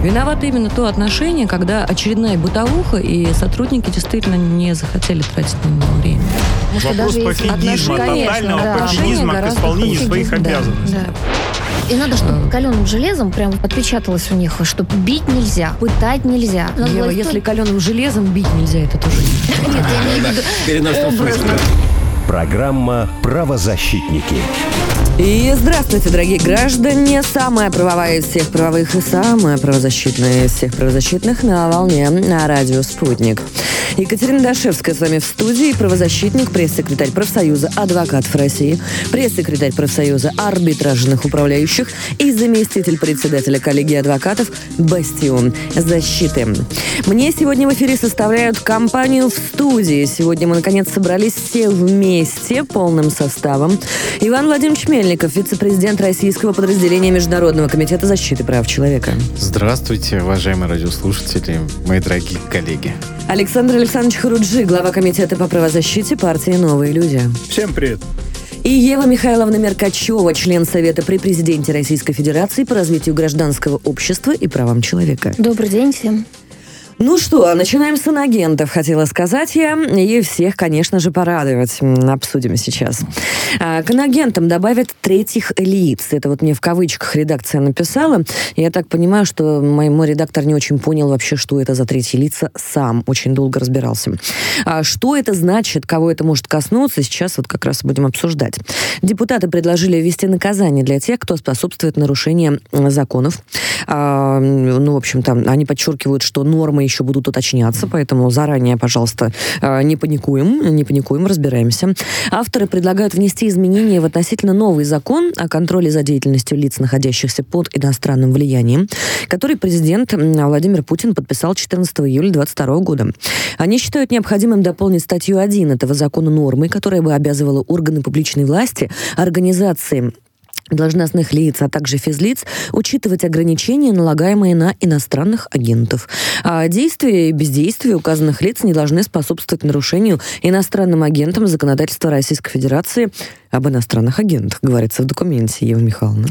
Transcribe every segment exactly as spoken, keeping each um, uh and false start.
Виновато именно то отношение, когда очередная бытовуха, и сотрудники действительно не захотели тратить на него время. Вопрос пофигизма, тотального да, пофигизма к исполнению своих да, обязанностей. Да. И надо, чтобы каленым железом прям отпечаталось у них, что бить нельзя, пытать нельзя. Ева, если каленым железом бить нельзя, это тоже не. Нет, я имею в виду образно. Программа «Правозащитники». И здравствуйте, дорогие граждане. Самая правовая из всех правовых и самая правозащитная из всех правозащитных на волне на радио «Спутник». Екатерина Дашевская с вами в студии. Правозащитник, пресс-секретарь профсоюза адвокатов России, пресс-секретарь профсоюза арбитражных управляющих и заместитель председателя коллегии адвокатов «Бастион защиты». Мне сегодня в эфире составляют компанию в студии. Сегодня мы, наконец, собрались все вместе, полным составом. Иван Владимирович Мельников, вице-президент российского подразделения Международного комитета защиты прав человека. Здравствуйте, уважаемые радиослушатели, мои дорогие коллеги. Александр Александрович Харуджи, глава комитета по правозащите партии «Новые люди». Всем привет. И Ева Михайловна Меркачева, член Совета при президенте Российской Федерации по развитию гражданского общества и правам человека. Добрый день всем. Ну что, начинаем с инагентов, хотела сказать я, и всех, конечно же, порадовать. Обсудим сейчас. К инагентам добавят третьих лиц. Это вот мне в кавычках редакция написала. Я так понимаю, что мой, мой редактор не очень понял вообще, что это за третьи лица сам. Очень долго разбирался. А что это значит, кого это может коснуться, сейчас вот как раз будем обсуждать. Депутаты предложили ввести наказание для тех, кто способствует нарушению законов. А, ну, в общем-то, они подчеркивают, что нормы еще будут уточняться, поэтому заранее, пожалуйста, не паникуем, не паникуем, разбираемся. Авторы предлагают внести изменения в относительно новый закон о контроле за деятельностью лиц, находящихся под иностранным влиянием, который президент Владимир Путин подписал четырнадцатого июля две тысячи двадцать второго года. Они считают необходимым дополнить статью один этого закона нормой, которая бы обязывала органы публичной власти, организации должностных лиц, а также физлиц учитывать ограничения, налагаемые на иностранных агентов. А действия и бездействия указанных лиц не должны способствовать нарушению иностранным агентам законодательства Российской Федерации об иностранных агентах, говорится в документе, Ева Михайловна.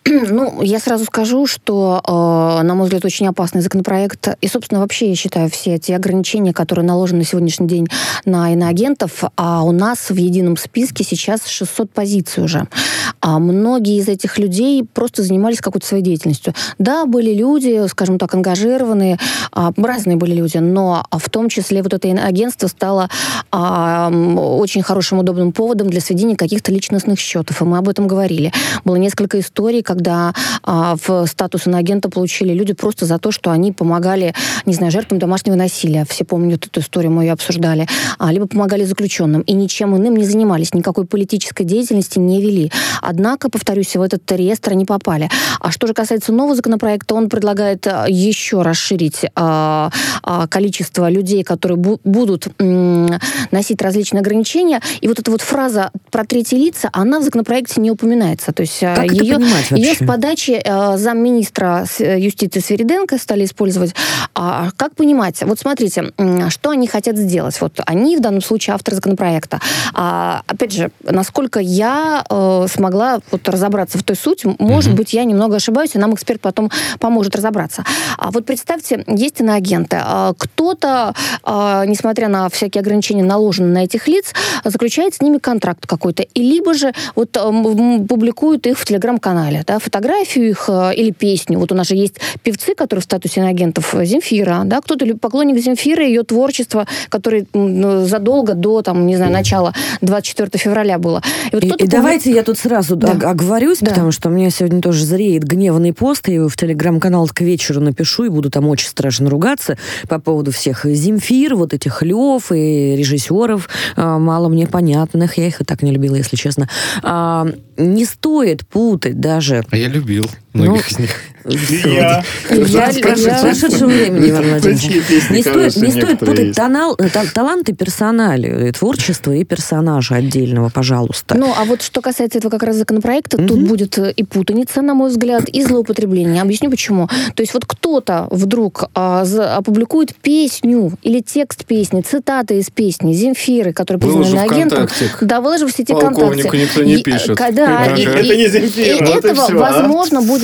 Ну, я сразу скажу, что, э, на мой взгляд, очень опасный законопроект. И, собственно, вообще, я считаю, все эти ограничения, которые наложены на сегодняшний день на иноагентов, а у нас в едином списке сейчас шестьсот позиций уже. А многие из этих людей просто занимались какой-то своей деятельностью. Да, были люди, скажем так, ангажированные, а, разные были люди, но в том числе вот это иноагентство стало а, очень хорошим, удобным поводом для сведения каких-то личностных счетов. И мы об этом говорили. Было несколько историй, когда когда а, в статус иноагента получили люди просто за то, что они помогали, не знаю, жертвам домашнего насилия. Все помнят эту историю, мы ее обсуждали. А, либо помогали заключенным. И ничем иным не занимались, никакой политической деятельности не вели. Однако, повторюсь, в этот реестр не попали. А что же касается нового законопроекта, он предлагает еще расширить а, а, количество людей, которые бу- будут м- носить различные ограничения. И вот эта вот фраза про третьи лица, она в законопроекте не упоминается. То есть как ее, это понимать вообще? Ее с подачи э, замминистра юстиции Свириденко стали использовать. А, как понимать? Вот смотрите, что они хотят сделать. Вот они, в данном случае, авторы законопроекта. А, опять же, насколько я э, смогла вот разобраться в той сути, может mm-hmm. быть, я немного ошибаюсь, и нам эксперт потом поможет разобраться. А вот представьте, есть иноагенты. А, кто-то, а, несмотря на всякие ограничения, наложенные на этих лиц, заключает с ними контракт какой-то. И либо же вот, а, публикует их в телеграм-канале, да, фотографию их э, или песню. Вот у нас же есть певцы, которые в статусе иноагентов, Земфира, да, кто-то поклонник Земфиры, ее творчество, которое ну, задолго до, там, не знаю, начала двадцать четвёртого февраля было. И, вот и, и давайте я тут сразу да. оговорюсь, да. потому что у меня сегодня тоже зреет гневный пост, я его в телеграм-канал к вечеру напишу и буду там очень страшно ругаться по поводу всех Земфир, вот этих Лев и режиссеров, э, мало мне понятных, я их и так не любила, если честно. А, не стоит путать даже... А я любил многих ну, из них. Я. Я в прошедшем времени, Иван Владимирович. Не стоит, не стоит путать тонал, таланты персонали, творчество и персонажа отдельного, пожалуйста. Ну, а вот что касается этого как раз законопроекта, mm-hmm. тут будет и путаница, на мой взгляд, и злоупотребление. Объясню, почему. То есть вот кто-то вдруг а, за, опубликует песню или текст песни, цитаты из песни Земфиры, которая признана агентом. Да, выложив в сети ВКонтакте. Полковнику никто не пишет. Да, и, это не Земфира, и вот этого, и все, возможно, а? будет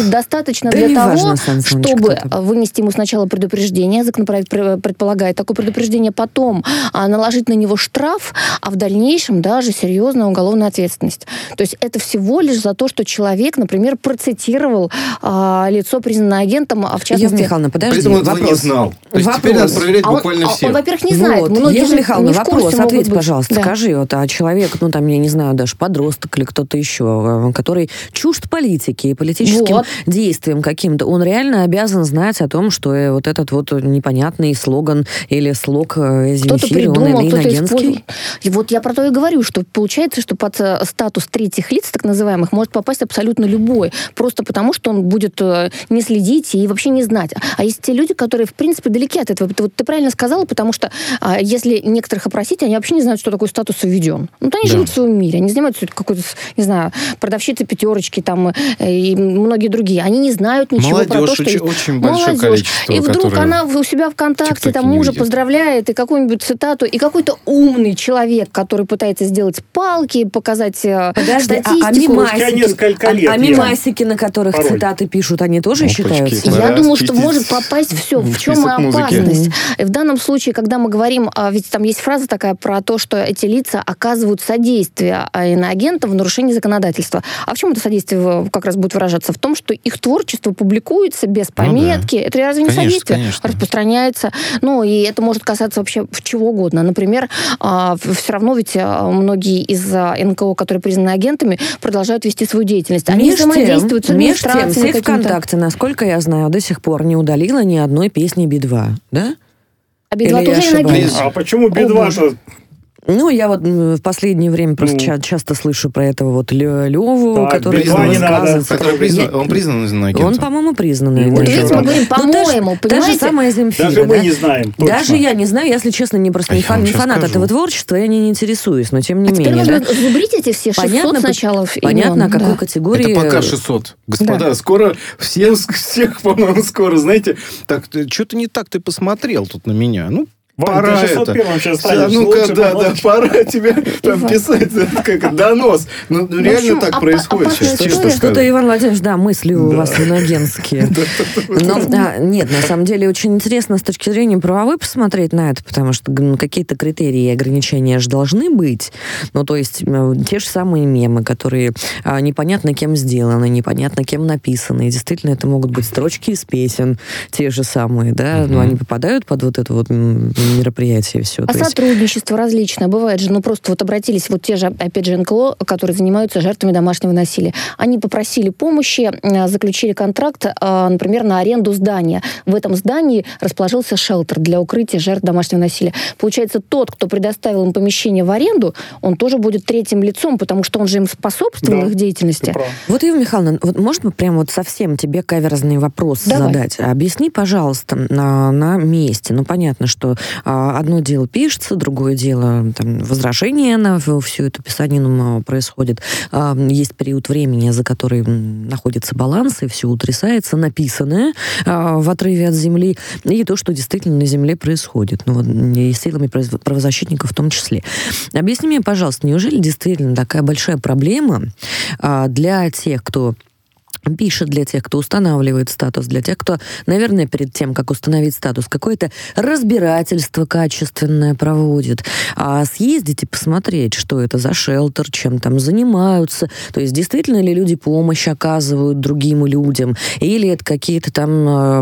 будет достаточно да для того, важно, чтобы вынести ему сначала предупреждение, законопроект предполагает такое предупреждение, потом а, наложить на него штраф, а в дальнейшем даже серьезная уголовная ответственность. То есть это всего лишь за то, что человек, например, процитировал а, лицо, признанное агентом, а в частности... Ева Михайловна, подожди, Поэтому он вопрос. не знал. То есть вопрос. теперь надо проверять а буквально он, всех. Он, во-первых, не знает. Вот. Многие Ева же Михайловна, не в курсе вопрос, ответь, быть. пожалуйста, Да. скажи, вот, а человек, ну там, я не знаю, даже подросток или кто-то еще, который чужд политики и политическим Вот. действиям каким-то, он реально обязан знать о том, что э, вот этот вот непонятный слоган или слог э, Кто-то Земфиры, он придумал, кто-то иногентский. использовал. И вот я про то и говорю, что получается, что под э, статус третьих лиц, так называемых, может попасть абсолютно любой. Просто потому, что он будет э, не следить и вообще не знать. А есть те люди, которые, в принципе, далеки от этого. Ты, вот, ты правильно сказала, потому что э, если некоторых опросить, они вообще не знают, что такое статус введен. Ну, то они Да. живут в своем мире. Они занимаются какой-то, не знаю, продавщицы пятерочки там, э, и многие другие. Они не знают ничего Молодежь, про то, что очень, есть. очень большое Молодежь. количество, И вдруг которые она у себя ВКонтакте ТикТоке там не мужа видят. поздравляет, и какую-нибудь цитату, и какой-то умный человек, который пытается сделать палки, показать э, Подожди, а, а статистику. Спустя несколько мимасики, лет, а, а Ева. мимасики, на которых Порой. цитаты пишут, они тоже Опачки. считаются? Я Да, думаю, что спустить может попасть все. В в чем список музыки. опасность? И в данном случае, когда мы говорим, а, ведь там есть фраза такая про то, что эти лица оказывают содействие а, иноагентам в нарушении законодательства. А в чем это содействие э, как раз будет выражаться? В том, что их творчество публикуется без пометки. Это разве не Конечно, содействие? конечно. Распространяется. Ну, и это может касаться вообще чего угодно. Например, а, все равно ведь а, многие из а, эн ка о, которые признаны агентами, продолжают вести свою деятельность. Они Меж тем, взаимодействуют с меж тем, администрацией. сеть ВКонтакте, насколько я знаю, до сих пор не удалила ни одной песни Би два, да? А Би два Или я тоже ошибаюсь? иноагент? А почему Би О, два-то? Ну, я вот м, в последнее время просто Ну. ча- часто слышу про этого вот Лё- Леву, Так, который Би два не надо. высказывается. Который признан- он признан иноагентом. Он, по-моему, признанный. Его Вот еще видите, мы рано. говорим, Ну, та же- по-моему, Та же понимаете? самая Земфира, Даже мы да? не знаем. точно. Даже я не знаю, если честно, не просто А не, я фан, вам не щас фанат скажу. этого творчества, я не интересуюсь, но тем не А теперь менее. нужно Да? зубрить эти все шестьсот Понятно, сначала Понятно, имен, о какой да. категории... Это пока шестьсот. Господа, скоро всем, всех, по-моему, скоро, знаете, так, что-то не так ты посмотрел тут на меня. Ну, Вань, пора ты это. шестьсот первым сейчас Да, станешь. ну-ка, Лучше да, да, помолчи. пора тебе там Иван. писать это, как донос. Ну, ну, В реально общем, так опа- происходит опасная сейчас, история. честно Что-то, скажу. Иван Владимирович, да, мысли у вас иногентские. Но а, нет, на самом деле очень интересно с точки зрения правовой посмотреть на это, потому что ну, какие-то критерии и ограничения же должны быть. Ну, то есть э, те же самые мемы, которые а, непонятно кем сделаны, непонятно кем написаны. И действительно, это могут быть строчки из песен, те же самые, да, но они попадают под вот это вот м, мероприятие все. А сотрудничество различное бывает же, ну просто вот обратились вот те же, опять же, эн ка о, которые занимаются жертвами домашнего насилия. Они попросили помощи, э, заключили контракт, э, например, на аренду здания. В этом здании расположился шелтер для укрытия жертв домашнего насилия. Получается, тот, кто предоставил им помещение в аренду, он тоже будет третьим лицом, потому что он же им способствовал Да, их деятельности. Ты прав. Вот, Ева Михайловна, вот можно прям вот совсем тебе каверзный вопрос Давай. задать? Объясни, пожалуйста, на, на месте. Ну, понятно, что а, одно дело пишется, другое дело там, возражение на в- всю эту писанину происходит. А, есть период времени, за который м, находится баланс, и все утрясается, написанное а, в отрыве от земли, и то, что действительно на земле происходит. Ну, вот, и силами произв- правозащитников в том числе. Объясни мне, пожалуйста, неужели действительно такая большая проблема а, для тех, кто пишет, для тех, кто устанавливает статус, для тех, кто, наверное, перед тем, как установить статус, какое-то разбирательство качественное проводит, а съездить и посмотреть, что это за шелтер, чем там занимаются, то есть действительно ли люди помощь оказывают другим людям, или это какие-то там э,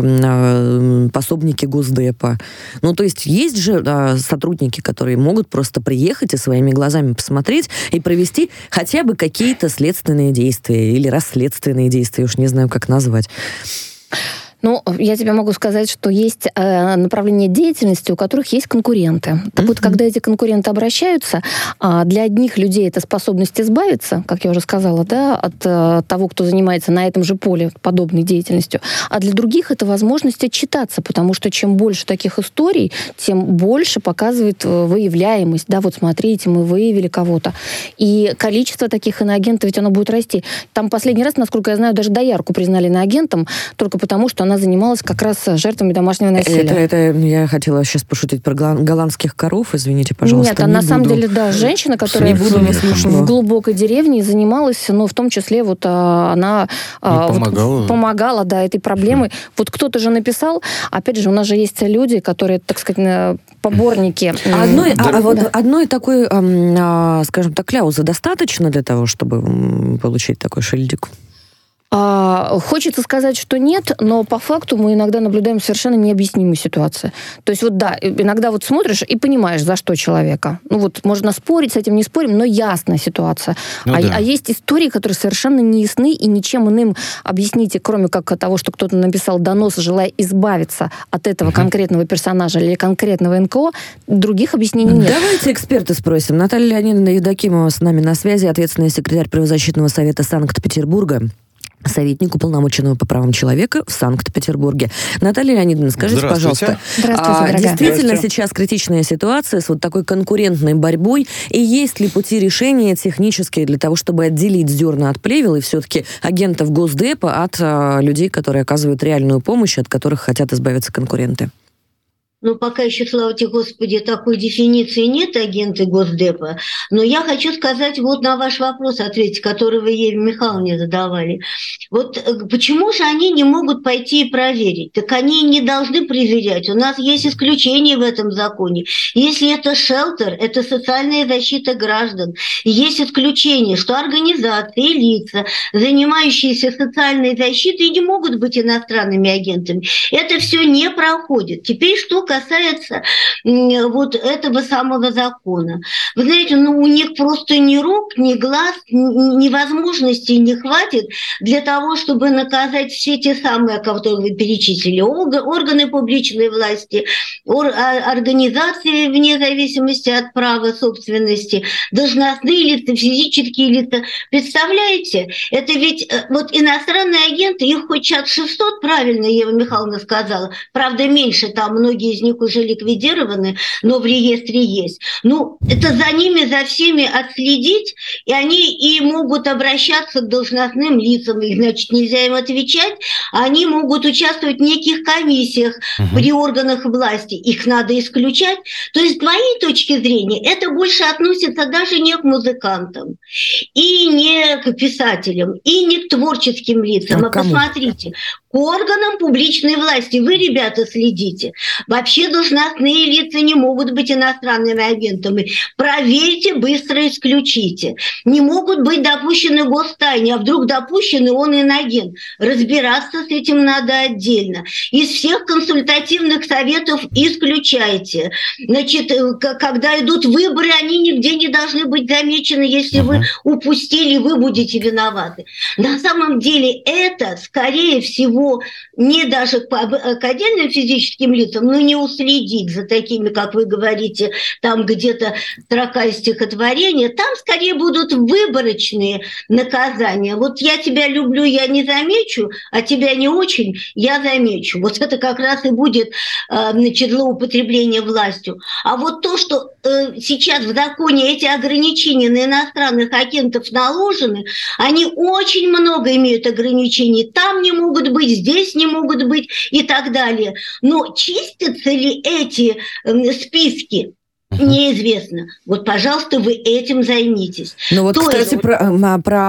э, пособники Госдепа. Ну, то есть есть же э, сотрудники, которые могут просто приехать и своими глазами посмотреть и провести хотя бы какие-то следственные действия или расследственные действия, я уж не знаю, как назвать. Ну, я тебе могу сказать, что есть э, направления деятельности, у которых есть конкуренты. Так вот, когда эти конкуренты обращаются, а для одних людей это способность избавиться, как я уже сказала, да, от э, того, кто занимается на этом же поле подобной деятельностью, а для других это возможность отчитаться, потому что чем больше таких историй, тем больше показывает э, выявляемость. Да, вот смотрите, мы выявили кого-то. И количество таких иноагентов, ведь оно будет расти. Там последний раз, насколько я знаю, даже доярку признали иноагентом только потому, что она она занималась как раз жертвами домашнего насилия. Это, это я хотела сейчас пошутить про голландских коров, извините, пожалуйста. Нет, а не на буду. самом деле, да, женщина, которая буду, в, в глубокой деревне занималась, ну, в том числе вот а, она а, помогала. Вот, помогала, да, этой проблемой. Mm. Вот кто-то же написал, опять же, у нас же есть люди, которые, так сказать, поборники. Одной, да, а, да. вот одной такой, а, скажем так, кляузы достаточно для того, чтобы получить такой шильдик? А, хочется сказать, что нет, но по факту мы иногда наблюдаем совершенно необъяснимую ситуацию. То есть вот да, иногда вот смотришь и понимаешь, за что человека. Ну вот можно спорить с этим, не спорим, но ясная ситуация. Ну, а, да. а есть истории, которые совершенно не ясны и ничем иным объяснить, кроме как того, что кто-то написал донос, желая избавиться от этого угу. конкретного персонажа или конкретного эн ка о, других объяснений нет. Давайте эксперты спросим. Наталья Леонидовна Евдокимова с нами на связи, ответственный секретарь Правозащитного совета Санкт-Петербурга, советник уполномоченного по правам человека в Санкт-Петербурге. Наталья Леонидовна, скажите, пожалуйста, Здравствуйте, а, действительно Здравствуйте. сейчас критичная ситуация с вот такой конкурентной борьбой, и есть ли пути решения технические для того, чтобы отделить зерна от плевел и все-таки агентов Госдепа от а, людей, которые оказывают реальную помощь, от которых хотят избавиться конкуренты? Ну, пока еще, слава тебе, Господи, такой дефиниции нет, агенты Госдепа. Но я хочу сказать вот на ваш вопрос ответить, который вы Еве Михайловне задавали. Вот почему же они не могут пойти и проверить? Так они не должны проверять. У нас есть исключения в этом законе. Если это шелтер, это социальная защита граждан. Есть исключение, что организации, лица, занимающиеся социальной защитой, не могут быть иностранными агентами. Это все не проходит. Теперь что касается вот этого самого закона. Вы знаете, ну у них просто ни рук, ни глаз, ни возможностей не хватит для того, чтобы наказать все те самые, которые вы перечислили, органы публичной власти, организации вне зависимости от права собственности, должностные лица, физические лица. Представляете? Это ведь вот иностранные агенты, их хоть сейчас шестьсот, правильно Ева Михайловна сказала, правда меньше, там многие из них уже ликвидированы, но в реестре есть. Ну, это за ними, за всеми отследить, и они и могут обращаться к должностным лицам, и, значит, нельзя им отвечать, они могут участвовать в неких комиссиях угу. при органах власти, их надо исключать. То есть, с твоей точки зрения, это больше относится даже не к музыкантам, и не к писателям, и не к творческим лицам. А, а посмотрите, к органам публичной власти. Вы, ребята, следите. Вообще должностные лица не могут быть иностранными агентами. Проверьте, быстро исключите. Не могут быть допущены гостайне, а вдруг допущены, он иноагент. Разбираться с этим надо отдельно. Из всех консультативных советов исключайте. Значит, когда идут выборы, они нигде не должны быть замечены. Если uh-huh. вы упустили, вы будете виноваты. На самом деле это, скорее всего, не даже к отдельным физическим лицам, но не уследить за такими, как вы говорите, там где-то строка из стихотворения, там скорее будут выборочные наказания. Вот я тебя люблю, я не замечу, а тебя не очень, я замечу. Вот это как раз и будет значит, злоупотребление властью. А вот то, что э, сейчас в законе эти ограничения на иностранных агентов наложены, они очень много имеют ограничений. Там не могут быть, здесь не могут быть и так далее. Но чистятся ли эти э, списки? Неизвестно. Вот, пожалуйста, вы этим займитесь. Ну вот, То кстати, есть, про, вот... про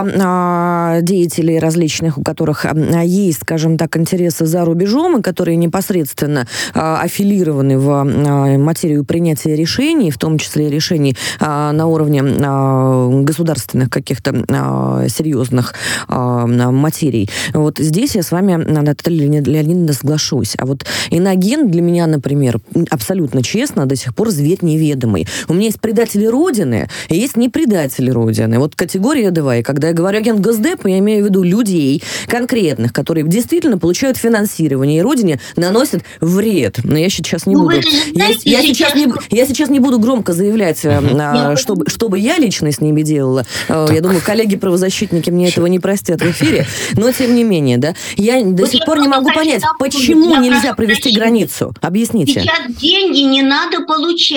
а, деятелей различных, у которых а, есть, скажем так, интересы за рубежом, и которые непосредственно а, аффилированы в а, материю принятия решений, в том числе решений а, на уровне а, государственных каких-то а, серьезных а, материй. Вот здесь я с вами, Наталья Леонидовна, соглашусь. А вот иноагент для меня, например, абсолютно честно, до сих пор зверь неведомый. У меня есть предатели Родины, и есть не предатели Родины. Вот категория два. И когда я говорю агент Госдепа, я имею в виду людей конкретных, которые действительно получают финансирование, и Родине наносят вред. Но я сейчас не ну, буду... Знаете, я, я, сейчас... сейчас не, я сейчас не буду громко заявлять, а, чтобы, чтобы я лично с ними делала. Так. Я думаю, коллеги-правозащитники мне этого не простят в эфире. Но, тем не менее, да, я до сих пор не могу понять, почему нельзя провести границу. Объясните. Сейчас деньги не надо получать.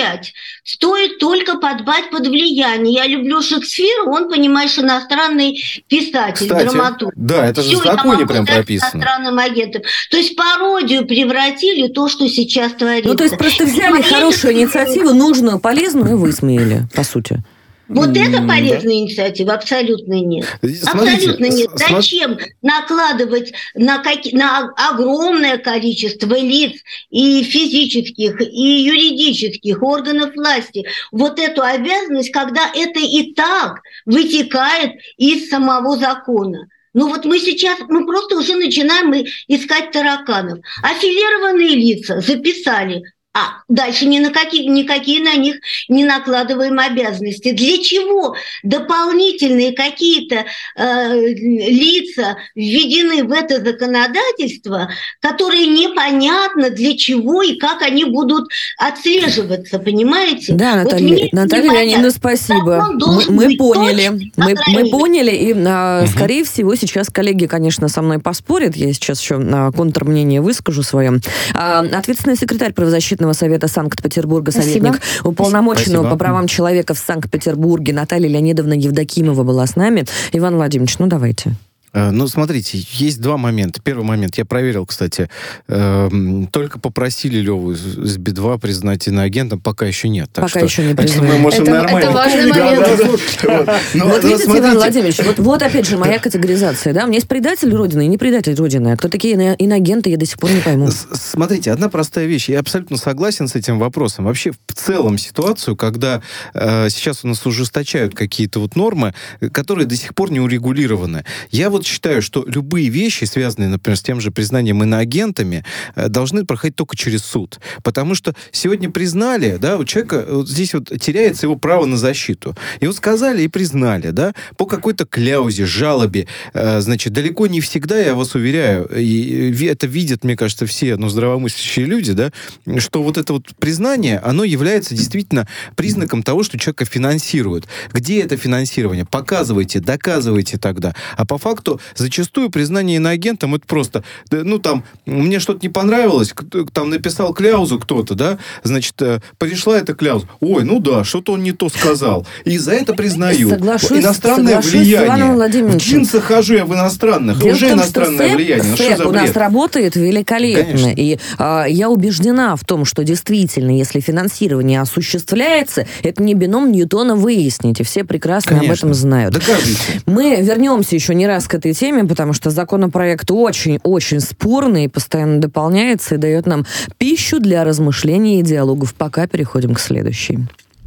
стоит только подбать под влияние. Я люблю Шекспира, он, понимаешь, иностранный писатель, Кстати, драматург. да, это же Всё, в законе прям прописано. Иностранным агентом. То есть пародию превратили то, что сейчас творится. Ну, то есть просто взяли хорошую инициативу, нужную, полезную, и высмеяли, по сути. Вот Mm, это полезная да. инициатива? Абсолютно нет. Смотрите, Абсолютно нет. см- Зачем накладывать на, каки- на огромное количество лиц и физических, и юридических органов власти вот эту обязанность, когда это и так вытекает из самого закона? Ну вот мы сейчас, мы просто уже начинаем искать тараканов. Аффилированные лица записали. А дальше ни на какие, никакие на них не накладываем обязанности. Для чего дополнительные какие-то э, лица введены в это законодательство, которые непонятно для чего и как они будут отслеживаться, понимаете? Да, Наталья, вот Наталья Леонидовна, спасибо. Мы, мы поняли. Мы, мы поняли, и, а, угу. скорее всего, сейчас коллеги, конечно, со мной поспорят. Я сейчас еще а, контрмнение выскажу свое. А, ответственный секретарь правозащитного совета Санкт-Петербурга, советник Спасибо. уполномоченного Спасибо. по правам человека в Санкт-Петербурге Наталья Леонидовна Евдокимова была с нами. Иван Владимирович, ну давайте. Ну, смотрите, есть два момента. Первый момент, я проверил, кстати, э, только попросили Леву из Би два признать иноагентом, пока еще нет. Так пока что, еще не признали. Мы можем это, нормально. это важный момент. Да, да, да. Но, вот но, видите, смотрите. Иван Владимирович, вот, вот опять же моя категоризация. Да? У меня есть предатель Родины и не предатель Родины. А кто такие иноагенты, я до сих пор не пойму. Смотрите, одна простая вещь. Я абсолютно согласен с этим вопросом. Вообще, в целом ситуацию, когда э, сейчас у нас ужесточают какие-то вот нормы, которые до сих пор не урегулированы. Я вот считаю, что любые вещи, связанные, например, с тем же признанием иноагентами, должны проходить только через суд. Потому что сегодня признали, да, у человека вот здесь вот теряется его право на защиту. Его сказали и признали, да, по какой-то кляузе, жалобе. Значит, далеко не всегда, я вас уверяю, и это видят, мне кажется, все, ну, здравомыслящие люди, да, что вот это вот признание, оно является действительно признаком того, что человека финансируют. Где это финансирование? Показывайте, доказывайте тогда. А по факту зачастую признание иноагентом это просто, ну там, мне что-то не понравилось, там написал кляузу кто-то, да, значит, пришла эта кляуза, ой, ну да, что-то он не то сказал. И за это признаю. Соглашусь, иностранное соглашусь влияние. В джинсах хожу я в иностранных. Дело уже в том, иностранное что влияние. Ну, СЭП что за у бред? нас работает великолепно. Конечно. И а, я убеждена в том, что действительно, если финансирование осуществляется, это не бином Ньютона выяснить. И все прекрасно Конечно. об этом знают. Докажите. Мы вернемся еще не раз к этой теме, потому что законопроект очень-очень спорный и постоянно дополняется и дает нам пищу для размышлений и диалогов. Пока переходим к следующей.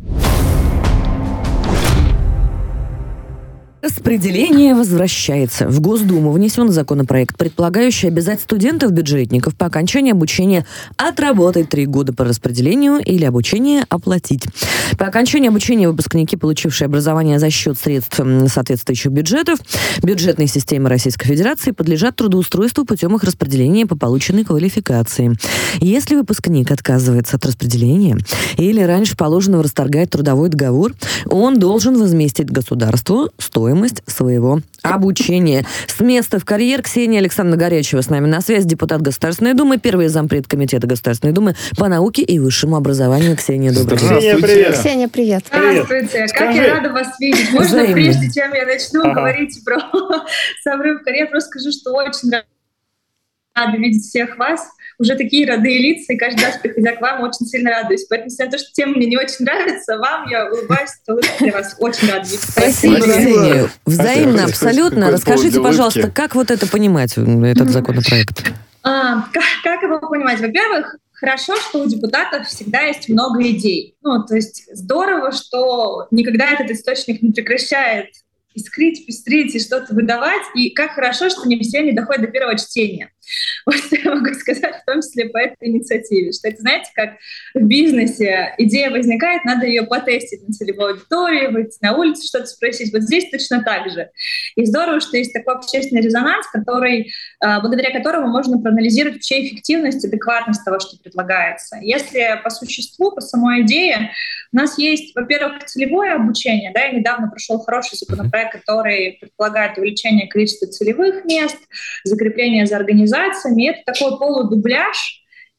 Распределение возвращается. В Госдуму внесен законопроект, предполагающий обязать студентов-бюджетников по окончании обучения отработать три года по распределению или обучение оплатить. По окончании обучения выпускники, получившие образование за счет средств соответствующих бюджетов, бюджетной системы Российской Федерации подлежат трудоустройству путем их распределения по полученной квалификации. Если выпускник отказывается от распределения или раньше положенного расторгает трудовой договор, он должен возместить государству стоимость своего обучения. С места в карьер Ксения Александровна Горячева с нами на связи, депутат Государственной Думы, первый зампред комитета Государственной Думы по науке и высшему образованию. Ксения, добрый день. Ксения, привет. Ксения, привет. Здравствуйте. Как Скажи. я рада вас видеть. Можно, Взаимно. прежде чем я начну Ага. говорить про самрыв в карьер, просто скажу, что очень рада видеть всех вас. Уже такие родные лица, и каждый раз, приходя к вам, очень сильно радуюсь. Поэтому, несмотря на то, что тема мне не очень нравится, вам я улыбаюсь, то улыбка для вас очень рада видеть. Спасибо, Спасибо. Ксения. Взаимно, Спасибо. абсолютно. Какой Расскажите, повод для пожалуйста, улыбки. как вот это понимать, этот законопроект? А, как, как его понимать? Во-первых, хорошо, что у депутатов всегда есть много идей. Ну, то есть здорово, что никогда этот источник не прекращает искрить, пестрить и что-то выдавать. И как хорошо, что не все они доходят до первого чтения. Вот что я могу сказать, в том числе по этой инициативе. Что это, знаете, как в бизнесе идея возникает, надо ее потестить на целевой аудитории, выйти на улицу, что-то спросить. Вот здесь точно так же. И здорово, что есть такой общественный резонанс, который, благодаря которому можно проанализировать вообще эффективность, адекватность того, что предлагается. Если по существу, по самой идее, у нас есть, во-первых, целевое обучение. Да, я недавно прошел хороший законопроект, который предполагает увеличение количества целевых мест, закрепление за организациями. Это такой полудубляж.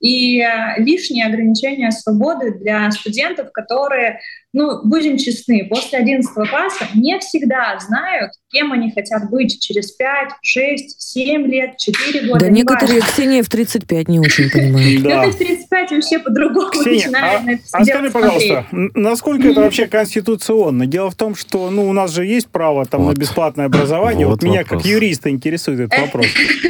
и лишние ограничения свободы для студентов, которые, ну, будем честны, после одиннадцатого класса не всегда знают, кем они хотят быть через пять, шесть, семь лет, четыре года. Да некоторые, важно. Ксения, в тридцать пять не очень понимают. Да. В тридцать пять вообще по-другому начинают на это а скажи, пожалуйста, насколько это вообще конституционно? Дело в том, что, ну, у нас же есть право там на бесплатное образование. Вот меня как юриста интересует этот вопрос.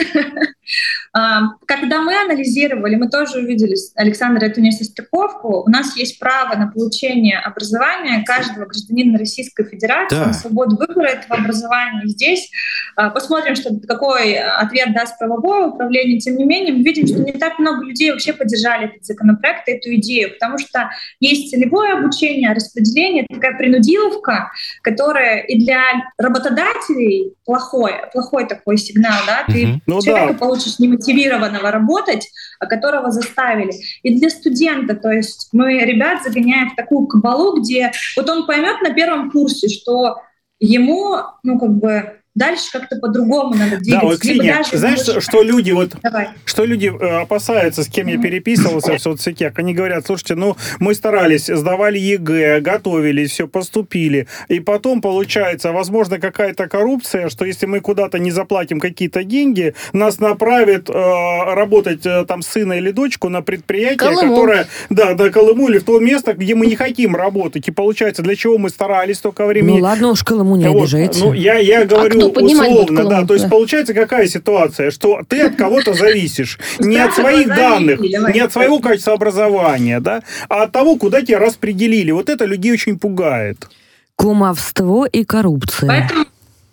Когда мы анализировали, мы тоже увидели, Александр, эту несостыковку. У нас есть право на получение образования каждого гражданина Российской Федерации, да. на свободу выбора этого образования. Здесь посмотрим, что, какой ответ даст правовое управление. Тем не менее, мы видим, что не так много людей вообще поддержали этот законопроект, эту идею, потому что есть целевое обучение, распределение, такая принудиловка, которая и для работодателей плохой, плохой такой сигнал, да, ты mm-hmm. ну, человека да. получишь немотивированного работать, которого заставили. И для студента, то есть мы ребят загоняем в такую кабалу, где вот он поймет на первом курсе, что ему, ну, как бы, дальше как-то по-другому надо двигаться. Да, вот, Ксения, даже знаешь, больше... что люди вот, Давай. что люди опасаются, с кем я переписывался в соцсетях, они говорят, слушайте, ну, мы старались, сдавали ЕГЭ, готовились, все, поступили, и потом получается, возможно, какая-то коррупция, что если мы куда-то не заплатим какие-то деньги, нас направят э, работать э, там сына или дочку на предприятие, Колыму. которое, да, на Колыму или в то место, где мы не хотим работать, и получается, для чего мы старались столько времени. Ну, ладно уж, Колыму не вот, обижайте. Ну, я, я говорю, условно, да, то есть получается какая ситуация, что ты от кого-то зависишь, не от своих данных, не от своего качества образования, да, а от того, куда тебя распределили. Вот это людей очень пугает. Кумовство и коррупция. Поэтому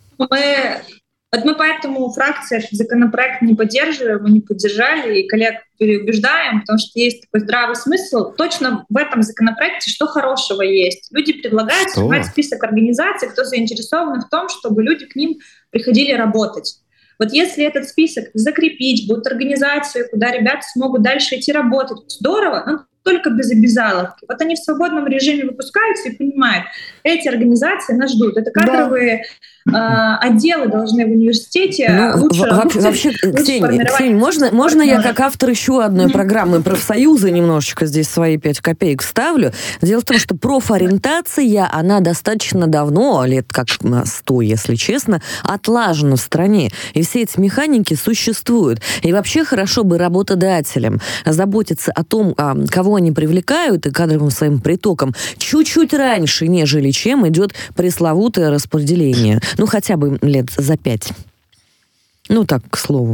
мы, вот мы поэтому фракция законопроект не поддерживаем, мы не поддержали, и коллег переубеждаем, потому что есть такой здравый смысл. Точно в этом законопроекте что хорошего есть? Люди предлагают сформировать список организаций, кто заинтересован в том, чтобы люди к ним приходили работать. Вот если этот список закрепить, будут организации, куда ребята смогут дальше идти работать, здорово, но только без обязаловки. Вот они в свободном режиме выпускаются и понимают, эти организации нас ждут. Это кадровые да. э, отделы должны в университете ну, лучше работать. Вообще, Ксения, Ксения, можно, можно я как автор еще одной mm-hmm. программы профсоюза немножечко здесь свои пять копеек вставлю? Дело в том, что профориентация, она достаточно давно, лет как сто, если честно, отлажена в стране. И все эти механики существуют. И вообще хорошо бы работодателям заботиться о том, кого они привлекают и кадровым своим притоком чуть-чуть раньше, нежели чем идет пресловутое распределение. Ну, хотя бы лет за пять. Ну, так, к слову.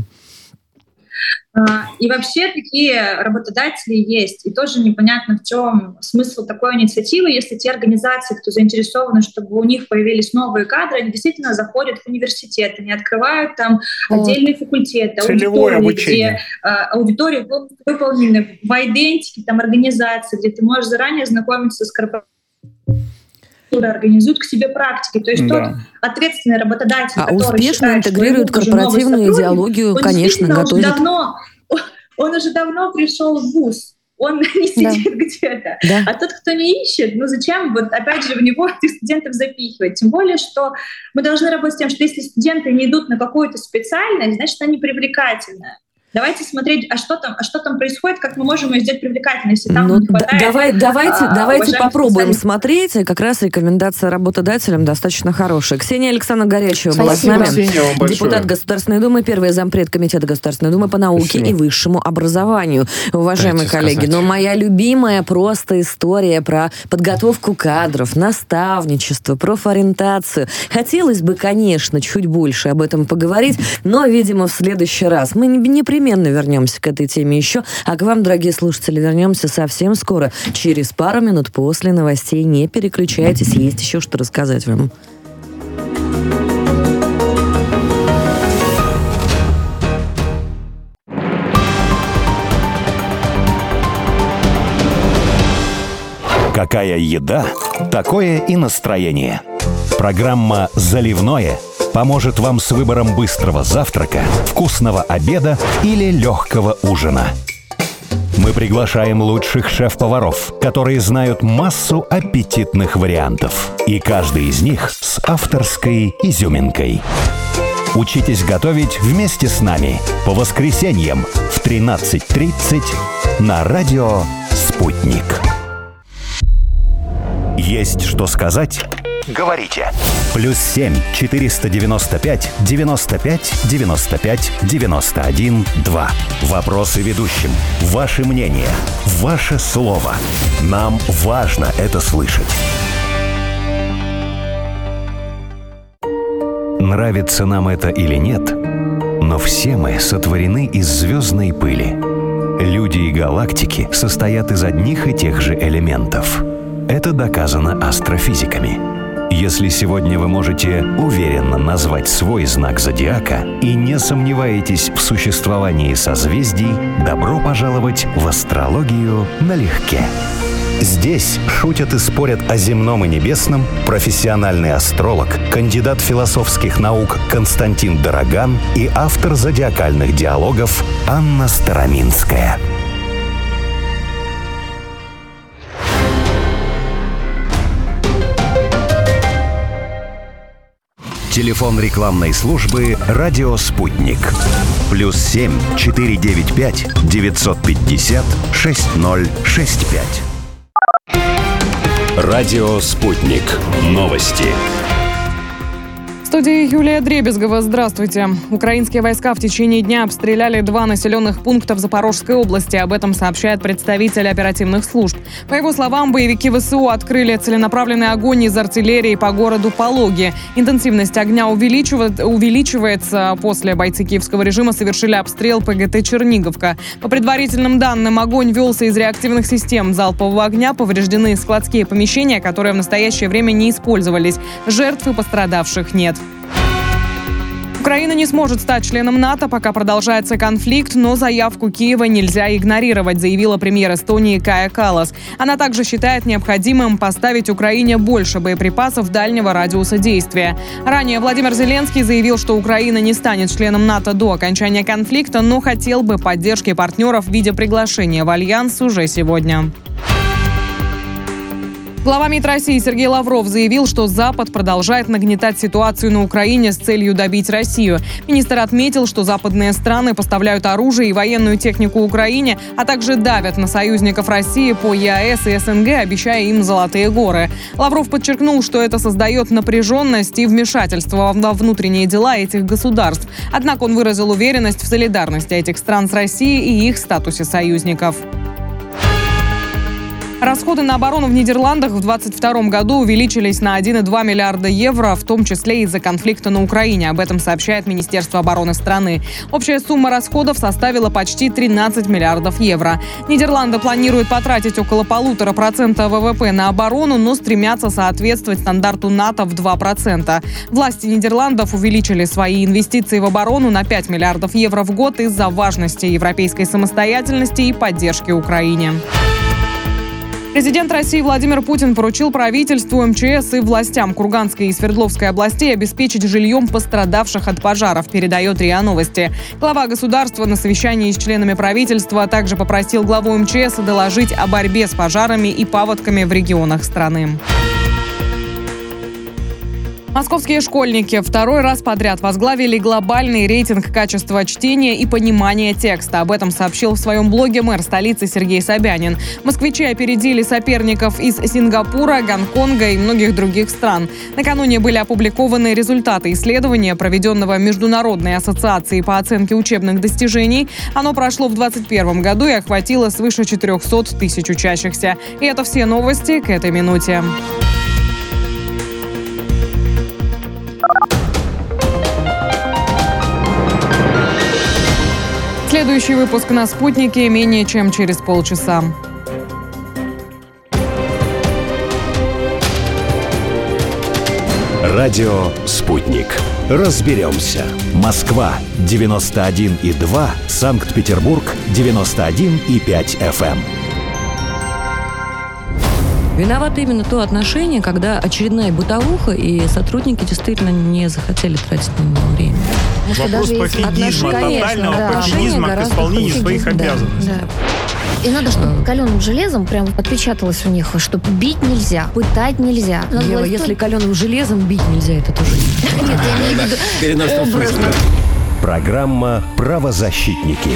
И вообще такие работодатели есть. И тоже непонятно, в чем смысл такой инициативы, если те организации, кто заинтересованы, чтобы у них появились новые кадры, они действительно заходят в университеты, они открывают там вот. отдельные факультеты, целевое аудитории, обучение. где а, аудитории выполнены в айдентике, там организации, где ты можешь заранее знакомиться с корпорацией, организуют к себе практики. То есть да. тот ответственный работодатель, а который успешно считает, интегрирует корпоративную идеологию, конечно, готовит. Давно, он уже давно пришел в вуз. Он не сидит да. где-то. Да. А тот, кто не ищет, ну зачем вот опять же в него этих студентов запихивать? Тем более, что мы должны работать с тем, что если студенты не идут на какую-то специальность, значит, они привлекательны. Давайте смотреть, а что там, а что там происходит, как мы можем ее сделать привлекательной, если там ну, не хватает. Давай, давайте, а, давайте попробуем смотреть. Как раз рекомендация работодателям достаточно хорошая. Ксения Александровна Горячева Спасибо. была с нами. Ксения, депутат Государственной Думы, первый зампред Комитета Государственной Думы по науке Спасибо. и высшему образованию. Уважаемые Дайте коллеги, сказать. но моя любимая просто история про подготовку кадров, наставничество, профориентацию. Хотелось бы, конечно, чуть больше об этом поговорить, но, видимо, в следующий раз. Мы непременно вернемся к этой теме еще, а к вам, дорогие слушатели, вернемся совсем скоро, через пару минут после новостей. Не переключайтесь, есть еще что рассказать вам. Какая еда, такое и настроение. Программа «Заливное» поможет вам с выбором быстрого завтрака, вкусного обеда или легкого ужина. Мы приглашаем лучших шеф-поваров, которые знают массу аппетитных вариантов. И каждый из них с авторской изюминкой. Учитесь готовить вместе с нами по воскресеньям в тринадцать тридцать на радио «Спутник». Есть что сказать? Говорите. Плюс семь четыреста девяносто пять девяносто пять девяносто пять девяносто один два. Вопросы ведущим. Ваше мнение. Ваше слово. Нам важно это слышать. Нравится нам это или нет, но все мы сотворены из звездной пыли. Люди и галактики состоят из одних и тех же элементов. Это доказано астрофизиками. Если сегодня вы можете уверенно назвать свой знак зодиака и не сомневаетесь в существовании созвездий, добро пожаловать в астрологию налегке. Здесь шутят и спорят о земном и небесном профессиональный астролог, кандидат философских наук Константин Дороган и автор зодиакальных диалогов Анна Староминская. Телефон рекламной службы «Радио Спутник». Плюс семь четыреста девяносто пять девятьсот пятьдесят шесть ноль шесть пять. Радио «Спутник». Новости. В студии Юлия Дребезгова. Здравствуйте. Украинские войска в течение дня обстреляли два населенных пункта в Запорожской области. Об этом сообщает представитель оперативных служб. По его словам, боевики ВСУ открыли целенаправленный огонь из артиллерии по городу Пологи. Интенсивность огня увеличивается. После бойцы киевского режима совершили обстрел ПГТ «Черниговка». По предварительным данным, огонь велся из реактивных систем залпового огня. Повреждены складские помещения, которые в настоящее время не использовались. Жертв и пострадавших нет. Украина не сможет стать членом НАТО, пока продолжается конфликт, но заявку Киева нельзя игнорировать, заявила премьер Эстонии Кая Каллас. Она также считает необходимым поставить Украине больше боеприпасов дальнего радиуса действия. Ранее Владимир Зеленский заявил, что Украина не станет членом НАТО до окончания конфликта, но хотел бы поддержки партнеров в виде приглашения в альянс уже сегодня. Глава МИД России Сергей Лавров заявил, что Запад продолжает нагнетать ситуацию на Украине с целью добить Россию. Министр отметил, что западные страны поставляют оружие и военную технику Украине, а также давят на союзников России по ЕАЭС и СНГ, обещая им золотые горы. Лавров подчеркнул, что это создает напряженность и вмешательство во внутренние дела этих государств. Однако он выразил уверенность в солидарности этих стран с Россией и их статусе союзников. Расходы на оборону в Нидерландах в двадцать втором году увеличились на один целых два миллиарда евро, в том числе из-за конфликта на Украине. Об этом сообщает Министерство обороны страны. Общая сумма расходов составила почти тринадцать миллиардов евро. Нидерланды планируют потратить около полутора процента ВВП на оборону, но стремятся соответствовать стандарту НАТО в два процента. Власти Нидерландов увеличили свои инвестиции в оборону на пять миллиардов евро в год из-за важности европейской самостоятельности и поддержки Украине. Президент России Владимир Путин поручил правительству, МЧС и властям Курганской и Свердловской областей обеспечить жильем пострадавших от пожаров, передает РИА Новости. Глава государства на совещании с членами правительства также попросил главу МЧС доложить о борьбе с пожарами и паводками в регионах страны. Московские школьники второй раз подряд возглавили глобальный рейтинг качества чтения и понимания текста. Об этом сообщил в своем блоге мэр столицы Сергей Собянин. Москвичи опередили соперников из Сингапура, Гонконга и многих других стран. Накануне были опубликованы результаты исследования, проведенного Международной ассоциацией по оценке учебных достижений. Оно прошло в двадцать первом году и охватило свыше четырехсот тысяч учащихся. И это все новости к этой минуте. Следующий выпуск на «Спутнике» менее чем через полчаса. Радио «Спутник». Разберемся. Москва девяносто один и два, Санкт-Петербург девяносто один и пять эф эм. Виновато именно то отношение, когда очередная бытовуха, и сотрудники действительно не захотели тратить на него время. Вопрос пофигизма, тотального да. пофигизма к исполнению своих обязанностей. Да, да. И надо, чтобы каленым железом прям отпечаталось у них, что бить нельзя, пытать нельзя. Ева, если каленым железом бить нельзя, это тоже не... Нет, я имею в виду образно. Программа «Правозащитники».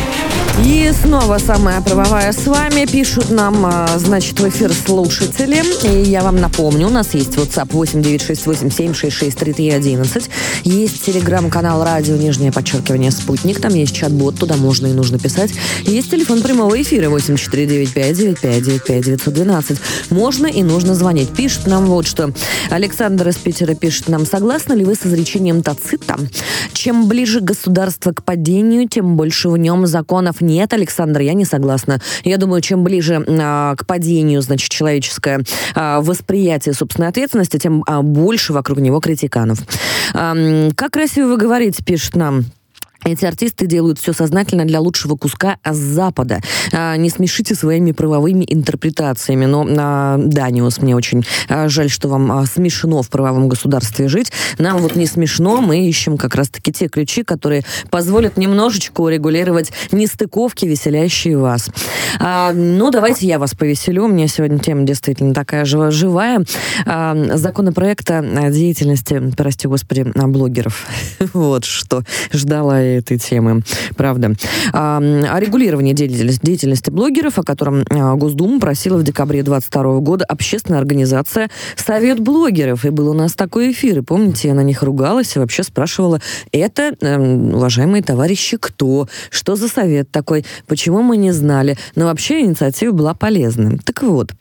И снова самая правовая с вами. Пишут нам, значит, в эфир слушатели. И я вам напомню, у нас есть WhatsApp восемь девять шесть восемь семь шесть шесть три три одиннадцать. Есть телеграм-канал радио, нижнее подчеркивание, «Спутник». Там есть чат-бот, туда можно и нужно писать. Есть телефон прямого эфира восемь четыре девять пять девять пять девять пять девять один два. Можно и нужно звонить. Пишет нам вот что. Александр из Питера пишет нам: согласны ли вы с изречением Тацита? Чем ближе государство к падению, тем больше в нем законов. Нет, Александр, я не согласна. Я думаю, чем ближе а, к падению, значит, человеческое а, восприятие собственной ответственности, тем а, больше вокруг него критиканов. А, как красиво вы говорите, пишет нам. Эти артисты делают все сознательно для лучшего куска с Запада. А, не смешите своими правовыми интерпретациями. Но, а, Даниус, мне очень а, жаль, что вам а, смешно в правовом государстве жить. Нам вот не смешно, мы ищем как раз-таки те ключи, которые позволят немножечко урегулировать нестыковки, веселящие вас. А, ну, давайте я вас повеселю. У меня сегодня тема действительно такая жив- живая. А, законопроекта о деятельности, прости господи, блогеров. Вот что ждала этой темы, правда. А, о регулировании деятельности, деятельности блогеров, о котором а, Госдума просила в декабре двадцать второго года общественная организация «Совет блогеров». И был у нас такой эфир, и помните, я на них ругалась и вообще спрашивала: это, э, уважаемые товарищи, кто? Что за совет такой? Почему мы не знали? Но вообще инициатива была полезной. Так вот,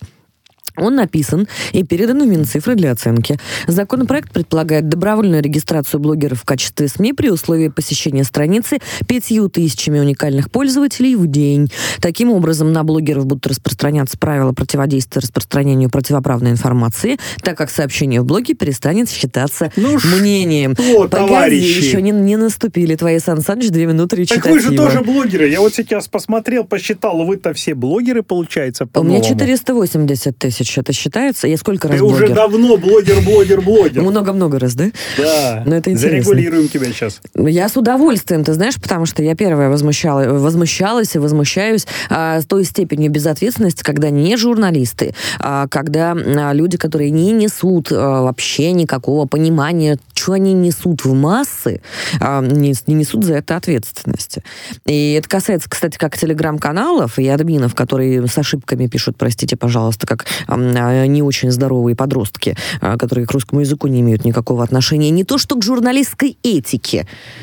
он написан и передан в Минцифры для оценки. Законопроект предполагает добровольную регистрацию блогеров в качестве СМИ при условии посещения страницы пятью тысячами уникальных пользователей в день. Таким образом, на блогеров будут распространяться правила противодействия распространению противоправной информации, так как сообщение в блоге перестанет считаться ну мнением. Что, Погоди, товарищи? еще не, не наступили твои, Сан Саныч, две минуты речитатива. Так вы же тоже блогеры. Я вот сейчас посмотрел, посчитал, вы-то все блогеры, получается, по-новому. У меня четыреста восемьдесят тысяч. Это считается? Я сколько раз Ты блогер? уже давно блогер, блогер, блогер. Много-много раз, да? Да. Но это интересно. Зарегулируем тебя сейчас. Я с удовольствием, ты знаешь, потому что я первая возмущала, возмущалась и возмущаюсь а, с той степенью безответственности, когда не журналисты, а, когда а, люди, которые не несут а, вообще никакого понимания, что они несут в массы, а, не, не несут за это ответственности. И это касается, кстати, как телеграм-каналов и админов, которые с ошибками пишут, простите, пожалуйста, как не очень здоровые подростки, которые к русскому языку не имеют никакого отношения. Не то что к журналистской этике,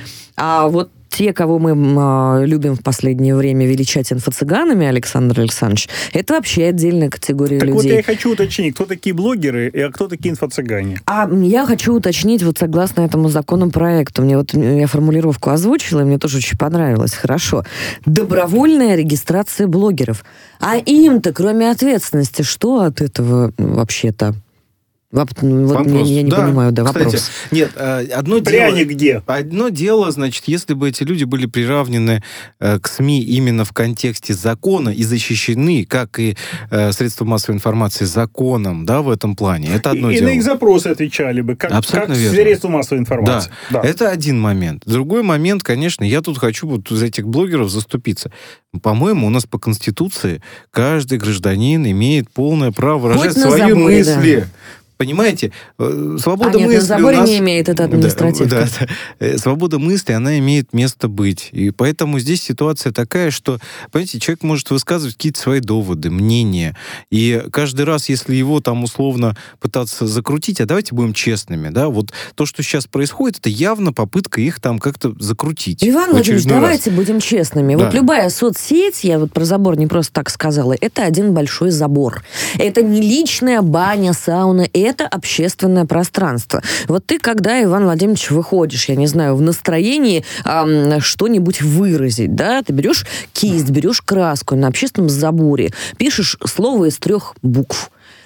а вот те, кого мы э, любим в последнее время величать инфо-цыганами, Александр Александрович, это вообще отдельная категория так людей. Так вот я и хочу уточнить, кто такие блогеры, и а кто такие инфо-цыгане? А я хочу уточнить, вот согласно этому законопроекту, мне вот я формулировку озвучила, и мне тоже очень понравилось. Хорошо. Добровольная регистрация блогеров. А им-то, кроме ответственности, что от этого вообще-то? Вот вопрос. Я, я не да. понимаю, да, Кстати, вопрос. Нет, одно Пряник дело... где? Одно дело, значит, если бы эти люди были приравнены э, к СМИ именно в контексте закона и защищены, как и э, средства массовой информации, законом, да, в этом плане, это одно и, дело. И на их запросы отвечали бы, как, как средства массовой информации. Да. да, это один момент. Другой момент, конечно, я тут хочу вот за этих блогеров заступиться. По-моему, у нас по Конституции каждый гражданин имеет полное право выражать свои заборе, мысли. Да. Понимаете, свобода а нет, мысли на заборе у нас... не имеет, это административка. Да, да, да. Свобода мысли, она имеет место быть. И поэтому здесь ситуация такая, что, понимаете, человек может высказывать какие-то свои доводы, мнения. И каждый раз, если его там условно пытаться закрутить, а давайте будем честными, да, вот то, что сейчас происходит, это явно попытка их там как-то закрутить. Иван Владимирович, давайте раз. будем честными. Да. Вот любая соцсеть, я вот про забор не просто так сказала, это один большой забор. Это не личная баня, сауна, это общественное пространство. Вот ты, когда, Иван Владимирович, выходишь, я не знаю, в настроении эм, что-нибудь выразить, да, ты берешь кисть, берешь краску на общественном заборе, пишешь слово из трех букв.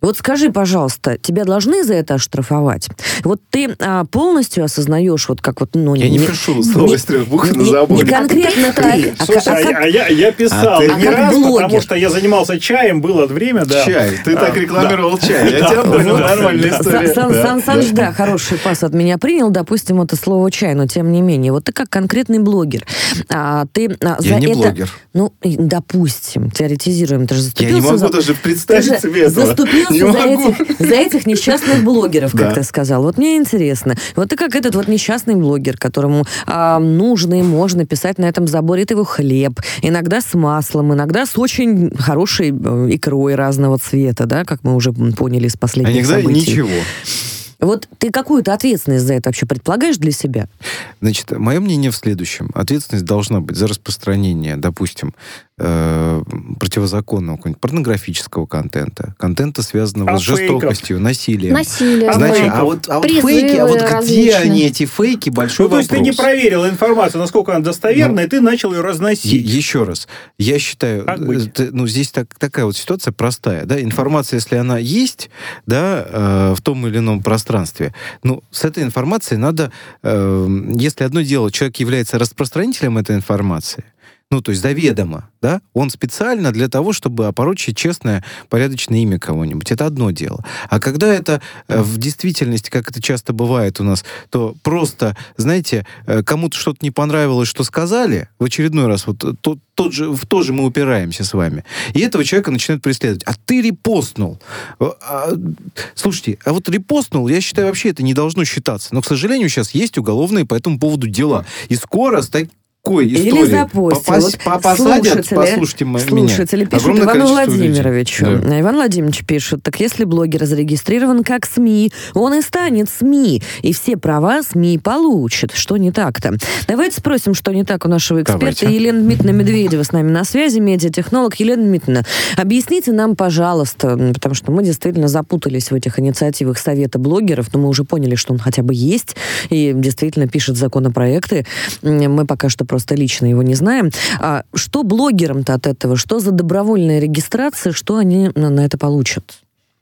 Вот скажи, пожалуйста, тебя должны за это оштрафовать? Вот ты а, полностью осознаешь, вот как вот... Ну, я не, не пишу слово из трех букв на заборе. Не конкретно ты. А, Слушай, а, а, а я, я писал а не раз, блогер? Потому что я занимался чаем, было время, да. Чай, ты а, так рекламировал да. чай. Я да, тебя да, понял, да, нормальная да. история. Сан, да, Сан Саныч, да. да, хороший пас от меня принял, допустим, это слово чай, но тем не менее. Вот ты как конкретный блогер. А, ты а, я за не это, блогер. Ну, допустим, теоретизируем. Ты же заступился я не могу за... даже представить ты себе этого. Заступился не за, могу. этих, за этих несчастных блогеров, как да. ты сказал. Вот мне интересно. Вот ты как этот вот несчастный блогер, которому а, нужно и можно писать на этом заборе ты его хлеб. Иногда с маслом, иногда с очень хорошей икрой разного цвета, да, как мы уже поняли из последних а иногда событий. ничего. Вот ты какую-то ответственность за это вообще предполагаешь для себя? Значит, мое мнение в следующем. Ответственность должна быть за распространение, допустим, э, противозаконного какого-нибудь порнографического контента, контента, связанного а с жестокостью, насилием. Насилие. Значит, а вот, а вот фейки, а вот где различные. они, эти фейки, большой ну, то вопрос. есть ты не проверил информацию, насколько она достоверна, ну, и ты начал ее разносить. Е- еще раз. Я считаю, т- ну, здесь так, такая вот ситуация простая. Да? Информация, если она есть, да, э, в том или ином пространстве, пространстве. Ну, с этой информацией надо... Э, если одно дело, человек является распространителем этой информации, ну, то есть заведомо, да, он специально для того, чтобы опорочить честное, порядочное имя кого-нибудь. Это одно дело. А когда это э, в действительности, как это часто бывает у нас, то просто, знаете, э, кому-то что-то не понравилось, что сказали, в очередной раз вот тот, тот же, в то же мы упираемся с вами. И этого человека начинают преследовать. А ты репостнул. А, слушайте, а вот репостнул, я считаю, вообще это не должно считаться. Но, к сожалению, сейчас есть уголовные по этому поводу дела. И скоро с таким истории. Или запостил. Попас, вот посадят, слушатели, послушайте меня. Слушатели пишут Огромное Ивану Владимировичу. Да. Иван Владимирович пишет, так если блогер зарегистрирован как СМИ, он и станет СМИ, и все права СМИ получит. Что не так-то? Давайте спросим, что не так у нашего эксперта. Давайте. Елена Дмитриевна Медведева с нами на связи, медиатехнолог. Елена Дмитриевна, объясните нам, пожалуйста, потому что мы действительно запутались в этих инициативах Совета блогеров, но мы уже поняли, что он хотя бы есть, и действительно пишет законопроекты. Мы пока что просто лично его не знаем. А что блогерам-то от этого? Что за добровольная регистрация? Что они на, на это получат?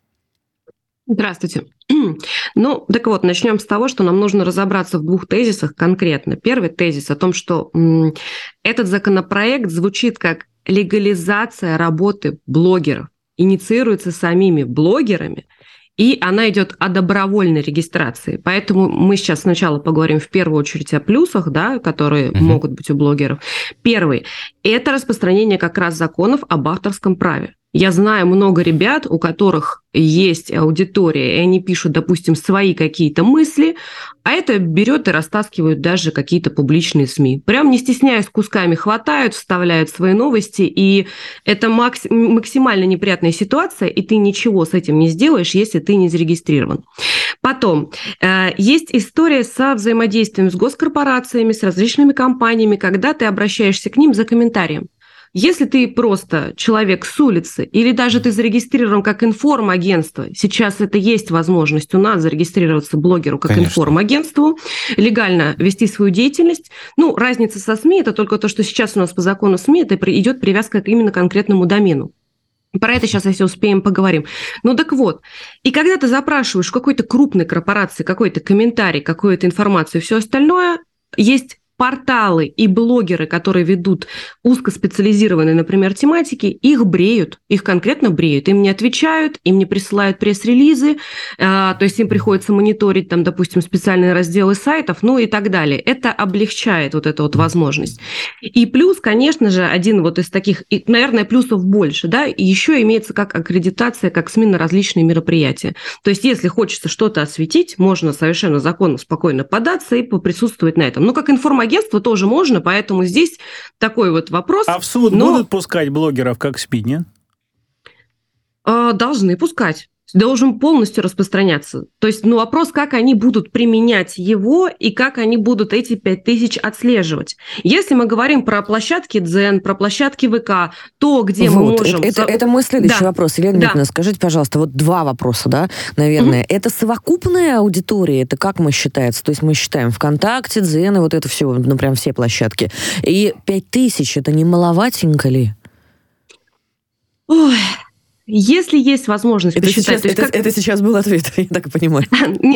Здравствуйте. Ну, так вот, начнем с того, что нам нужно разобраться в двух тезисах конкретно. Первый тезис о том, что м, этот законопроект звучит как легализация работы блогеров, инициируется самими блогерами, и она идет о добровольной регистрации. Поэтому мы сейчас сначала поговорим в первую очередь о плюсах, да, которые uh-huh. могут быть у блогеров. Первый – это распространение как раз законов об авторском праве. Я знаю много ребят, у которых есть аудитория, и они пишут, допустим, свои какие-то мысли, а это берет и растаскивают даже какие-то публичные СМИ. Прям не стесняясь, кусками хватают, вставляют свои новости, и это макс- максимально неприятная ситуация, и ты ничего с этим не сделаешь, если ты не зарегистрирован. Потом, э, есть история со взаимодействием с госкорпорациями, с различными компаниями, когда ты обращаешься к ним за комментарием. Если ты просто человек с улицы, или даже ты зарегистрирован как информагентство, сейчас это есть возможность у нас зарегистрироваться блогеру как Конечно. информагентству, легально вести свою деятельность. Ну, разница со СМИ – это только то, что сейчас у нас по закону СМИ это идет привязка именно к конкретному домену. Про это сейчас, если успеем, поговорим. Ну так вот, и когда ты запрашиваешь в какой-то крупной корпорации какой-то комментарий, какую-то информацию и все остальное, есть порталы и блогеры, которые ведут узкоспециализированные, например, тематики, их бреют, их конкретно бреют, им не отвечают, им не присылают пресс-релизы, а, то есть им приходится мониторить, там, допустим, специальные разделы сайтов, ну и так далее. Это облегчает вот эту вот возможность. И плюс, конечно же, один вот из таких, и, наверное, плюсов больше, да, и еще имеется как аккредитация, как СМИ на различные мероприятия. То есть если хочется что-то осветить, можно совершенно законно, спокойно податься и поприсутствовать на этом. Ну, как информагентство, Агентство тоже можно, поэтому здесь такой вот вопрос. А в суд но... будут пускать блогеров как СМИ, нет? А, должны пускать. Должен полностью распространяться. То есть, ну, вопрос, как они будут применять его и как они будут эти пять тысяч отслеживать. Если мы говорим про площадки Дзен, про площадки ВК, то, где вот, мы можем... Это, это, это мой следующий да. вопрос. Елена Дмитриевна, да. скажите, пожалуйста, вот два вопроса, да, наверное. Угу. Это совокупная аудитория, это как мы считается? То есть мы считаем ВКонтакте, Дзен и вот это все, ну, прям все площадки. И пять тысяч, это не маловатенько ли? Ой... Если есть возможность это посчитать... Сейчас, то есть это, как... это сейчас был ответ, я так понимаю.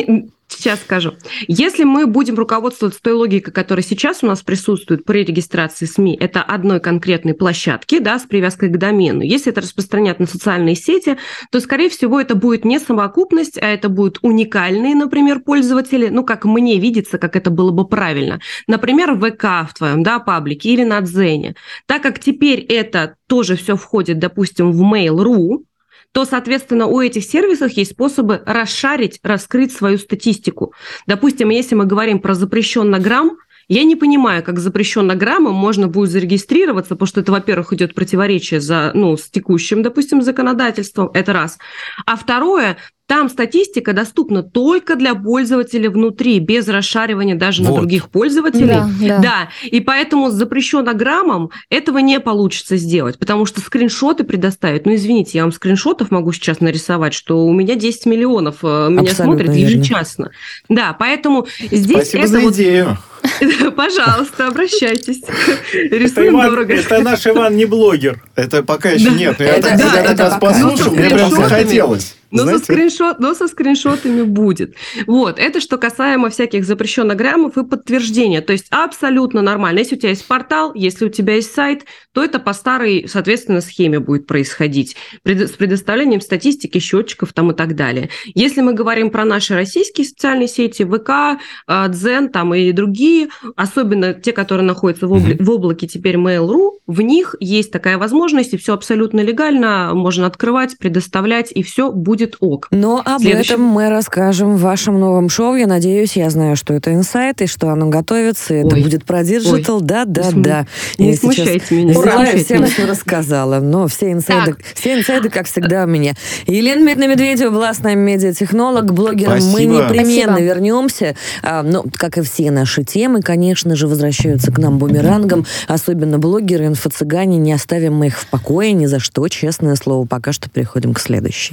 Сейчас скажу. Если мы будем руководствоваться той логикой, которая сейчас у нас присутствует при регистрации СМИ, это одной конкретной площадки, да, с привязкой к домену. Если это распространять на социальные сети, то, скорее всего, это будет не совокупность, а это будут уникальные, например, пользователи, ну, как мне видится, как это было бы правильно. Например, в ВК в твоем, да, паблике или на Дзене. Так как теперь это тоже все входит, допустим, в Mail.ru, то, соответственно, у этих сервисов есть способы расшарить, раскрыть свою статистику. Допустим, если мы говорим про запрещеннограмм, я не понимаю, как запрещеннограммом можно будет зарегистрироваться, потому что это, во-первых, идет противоречие за, ну, с текущим, допустим, законодательством, это раз. А второе, там статистика доступна только для пользователей внутри, без расшаривания даже вот. на других пользователей. Да, да. да, и поэтому с запрещенограммом этого не получится сделать, потому что скриншоты предоставить, ну, извините, я вам скриншотов могу сейчас нарисовать, что у меня десять миллионов меня Абсолютно смотрят ежечасно. Да, поэтому здесь Спасибо это за вот... идею. Пожалуйста, обращайтесь. Это, Иван, это наш Иван не блогер. Это пока еще нет. Но я да, так, да, я так раз послушал, мне прям захотелось. Но со, скриншот, но со скриншотами будет. Вот. Это что касаемо всяких запрещенограммов и подтверждения. То есть абсолютно нормально. Если у тебя есть портал, если у тебя есть сайт, то это по старой, соответственно, схеме будет происходить. С предоставлением статистики, счетчиков там и так далее. Если мы говорим про наши российские социальные сети, ВК, Дзен там и другие, особенно те, которые находятся в, обла- mm-hmm. в облаке теперь Mail.ru, в них есть такая возможность, и все абсолютно легально, можно открывать, предоставлять, и все будет ок. Но об Следующий... этом мы расскажем в вашем новом шоу. Я надеюсь, я знаю, что это инсайт, и что оно готовится, и это Ой. будет про диджитал. Да, да, не да. Не я смущайте меня. Ура, я всем все рассказала. Но все инсайды, все инсайды, как всегда, у меня. Елена Дмитриевна Медведева, властная медиатехнолог, блогер. Спасибо. Мы непременно Спасибо. вернемся. А, ну, как и все наши темы, конечно же, возвращаются к нам бумерангом. Особенно блогеры, инфо-цыгане. Не оставим мы их в покое ни за что. Честное слово. Пока что переходим к следующей.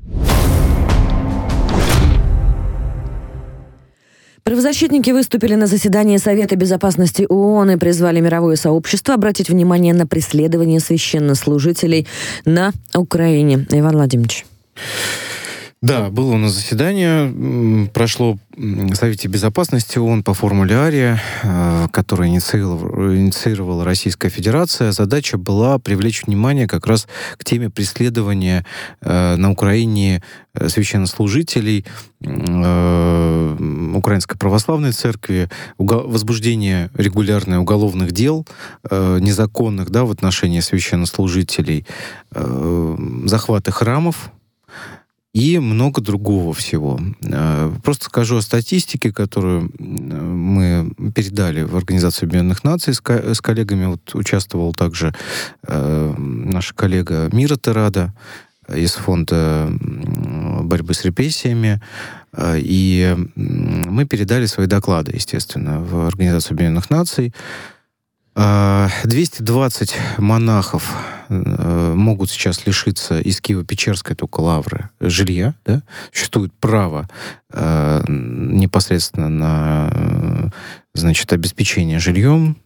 Правозащитники выступили на заседании Совета безопасности ООН и призвали мировое сообщество обратить внимание на преследование священнослужителей на Украине. Иван Владимирович. Да, было у нас заседание, прошло в Совете безопасности ООН по формуле Ария, которую инициировала, инициировала Российская Федерация. Задача была привлечь внимание как раз к теме преследования на Украине священнослужителей Украинской Православной Церкви, возбуждение регулярное уголовных дел незаконных, да, в отношении священнослужителей, захваты храмов, и много другого всего. Просто скажу о статистике, которую мы передали в Организацию Объединенных Наций с коллегами. Вот участвовал также наш коллега Мира Терада из Фонда борьбы с репрессиями. И мы передали свои доклады, естественно, в Организацию Объединенных Наций. двести двадцать монахов могут сейчас лишиться из Киево-Печерской только лавры жилья. Да? Существует право непосредственно на, значит, обеспечение жильем.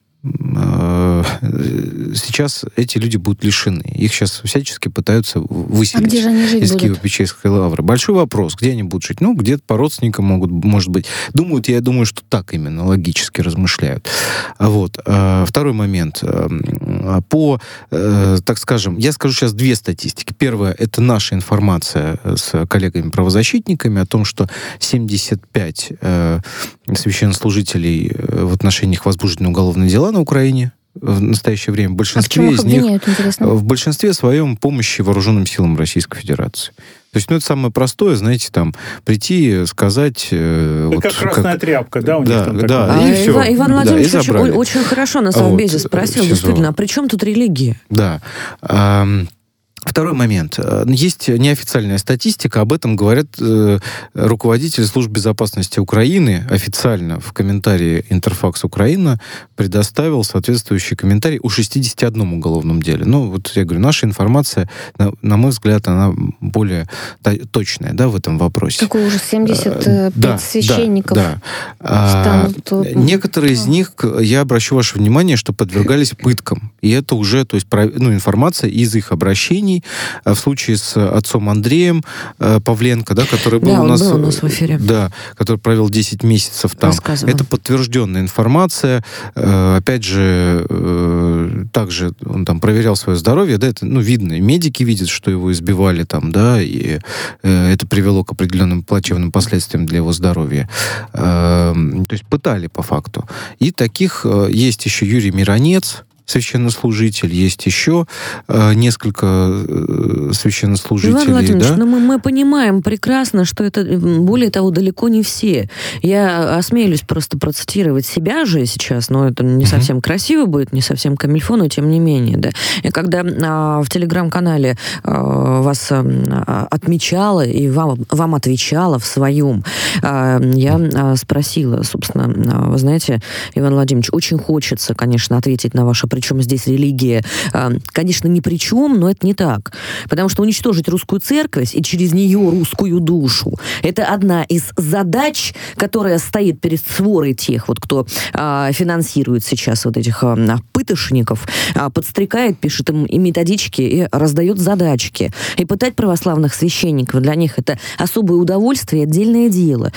Сейчас эти люди будут лишены. Их сейчас всячески пытаются выселить а где же они жить из будут? Киево-Печерской лавры. Большой вопрос, где они будут жить? Ну, где-то по родственникам могут, может быть. Думают, я думаю, что так именно, логически размышляют. Вот. Второй момент. По, так скажем, я скажу сейчас две статистики. Первая, это наша информация с коллегами-правозащитниками о том, что семьдесят пять священнослужителей, в отношении них возбуждены уголовные дела на Украине в настоящее время. В большинстве а из них интересно? в большинстве своем помощи вооруженным силам Российской Федерации. То есть, ну, это самое простое, знаете, там, прийти, сказать... Это вот, как красная как... тряпка, да, у да, них там да, такое? и а, все. Иван, Иван Владимирович да, очень, очень хорошо на Совбезе вот, спросил, СИЗО. Действительно, а при чем тут религия? Да. Второй момент. Есть неофициальная статистика, об этом говорят э, руководители служб безопасности Украины официально в комментарии Интерфакс Украина предоставил соответствующий комментарий о шестидесяти одном уголовном деле. Ну, вот я говорю, наша информация, на, на мой взгляд, она более та- точная, да, в этом вопросе. Какой ужас, семьдесят пять да, священников. Да, да. А, некоторые из них, я обращу ваше внимание, что подвергались пыткам. И это уже, то есть, ну, информация из их обращений, преступлений. В случае с отцом Андреем Павленко, да, который был, да, у, нас, был у нас в эфире. Да, который провел десять месяцев там. Это подтвержденная информация. Опять же, также он там проверял свое здоровье, да, это, ну, видно, и медики видят, что его избивали там, да, и это привело к определенным плачевным последствиям для его здоровья. То есть пытали по факту. И таких есть еще Юрий Миронец, священнослужитель, есть еще э, несколько э, священнослужителей. Иван Владимирович, да? ну мы, мы понимаем прекрасно, что это, более того, далеко не все. Я осмелюсь просто процитировать себя же сейчас, но это не uh-huh. совсем красиво будет, не совсем камильфо, но тем не менее. Да. Я когда а, в телеграм-канале а, вас а, отмечала и вам, вам отвечала в своем, а, я а, спросила, собственно, а, вы знаете, Иван Владимирович, очень хочется, конечно, ответить на ваше причем здесь религия, конечно, ни при чем, но это не так. Потому что уничтожить русскую церковь и через нее русскую душу – это одна из задач, которая стоит перед сворой тех, вот, кто а, финансирует сейчас вот этих а, пытошников, а, подстрекает, пишет им и методички, и раздает задачки. И пытать православных священников для них – это особое удовольствие, отдельное дело.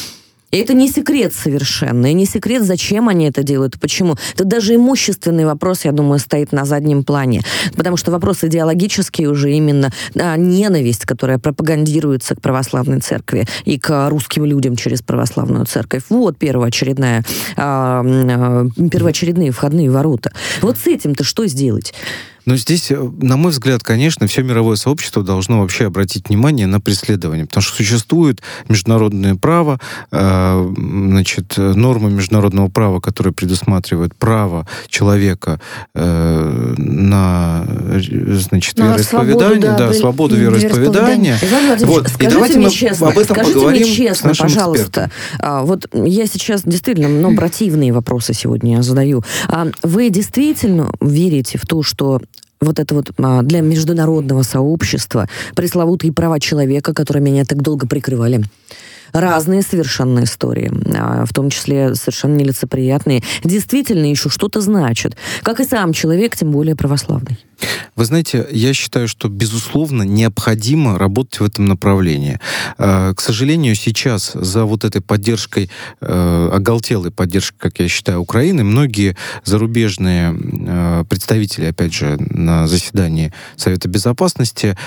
И это не секрет совершенно. И не секрет, зачем они это делают, почему. Это даже имущественный вопрос, я думаю, стоит на заднем плане. Потому что вопрос идеологический уже именно а, ненависть, которая пропагандируется к православной церкви и к русским людям через православную церковь. Вот первоочередная, а, а, первоочередные входные ворота. Вот с этим-то что сделать? Но здесь, на мой взгляд, конечно, все мировое сообщество должно вообще обратить внимание на преследование, потому что существует международное право, э, значит, нормы международного права, которые предусматривают право человека э, на, значит, на вероисповедание, свободу, да, да, свободу вероисповедания. Вот. И давайте мы честно, об этом скажите поговорим мне честно, с нашим пожалуйста. А, вот я сейчас действительно, ну, противные вопросы сегодня я задаю. А вы действительно верите в то, что вот это вот а, для международного сообщества пресловутые права человека, которые меня так долго прикрывали? Разные совершенно истории, в том числе совершенно нелицеприятные, действительно еще что-то значат. Как и сам человек, тем более православный. Вы знаете, я считаю, что, безусловно, необходимо работать в этом направлении. К сожалению, сейчас за вот этой поддержкой, оголтелой поддержкой, как я считаю, Украины, многие зарубежные представители, опять же, на заседании Совета Безопасности,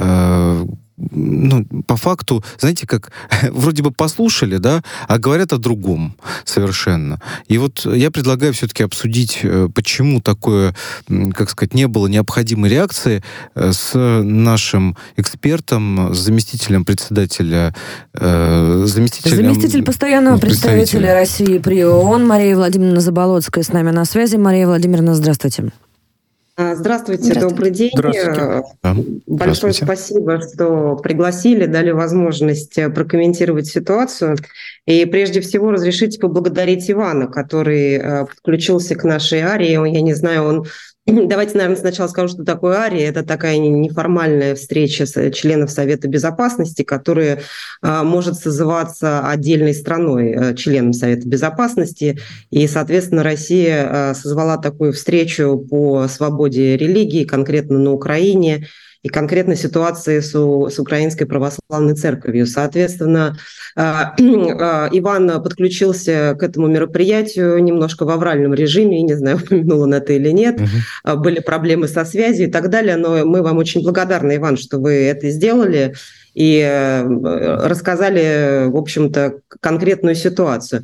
ну, по факту, знаете, как вроде бы послушали, да, а говорят о другом совершенно. И вот я предлагаю все-таки обсудить, почему такое, как сказать, не было необходимой реакции с нашим экспертом, с заместителем председателя... Э, заместителем Заместитель постоянного представителя России при ООН Мария Владимировна Заболоцкая с нами на связи. Мария Владимировна, здравствуйте. Здравствуйте, Здравствуйте. Добрый день. Здравствуйте. Большое Здравствуйте. спасибо, что пригласили, дали возможность прокомментировать ситуацию. И прежде всего разрешите поблагодарить Ивана, который подключился к нашей арии. Я не знаю, он... Давайте, наверное, сначала скажу, что такое ария. Это такая неформальная встреча членов Совета Безопасности, которая а, может созываться отдельной страной, а, членом Совета Безопасности. И, соответственно, Россия а, созвала такую встречу по свободе религии, конкретно на Украине, и конкретно ситуации с, с Украинской Православной Церковью. Соответственно, Иван подключился к этому мероприятию немножко в авральном режиме, не знаю, упомянул он это или нет, uh-huh. были проблемы со связью и так далее, но мы вам очень благодарны, Иван, что вы это сделали и рассказали, в общем-то, конкретную ситуацию.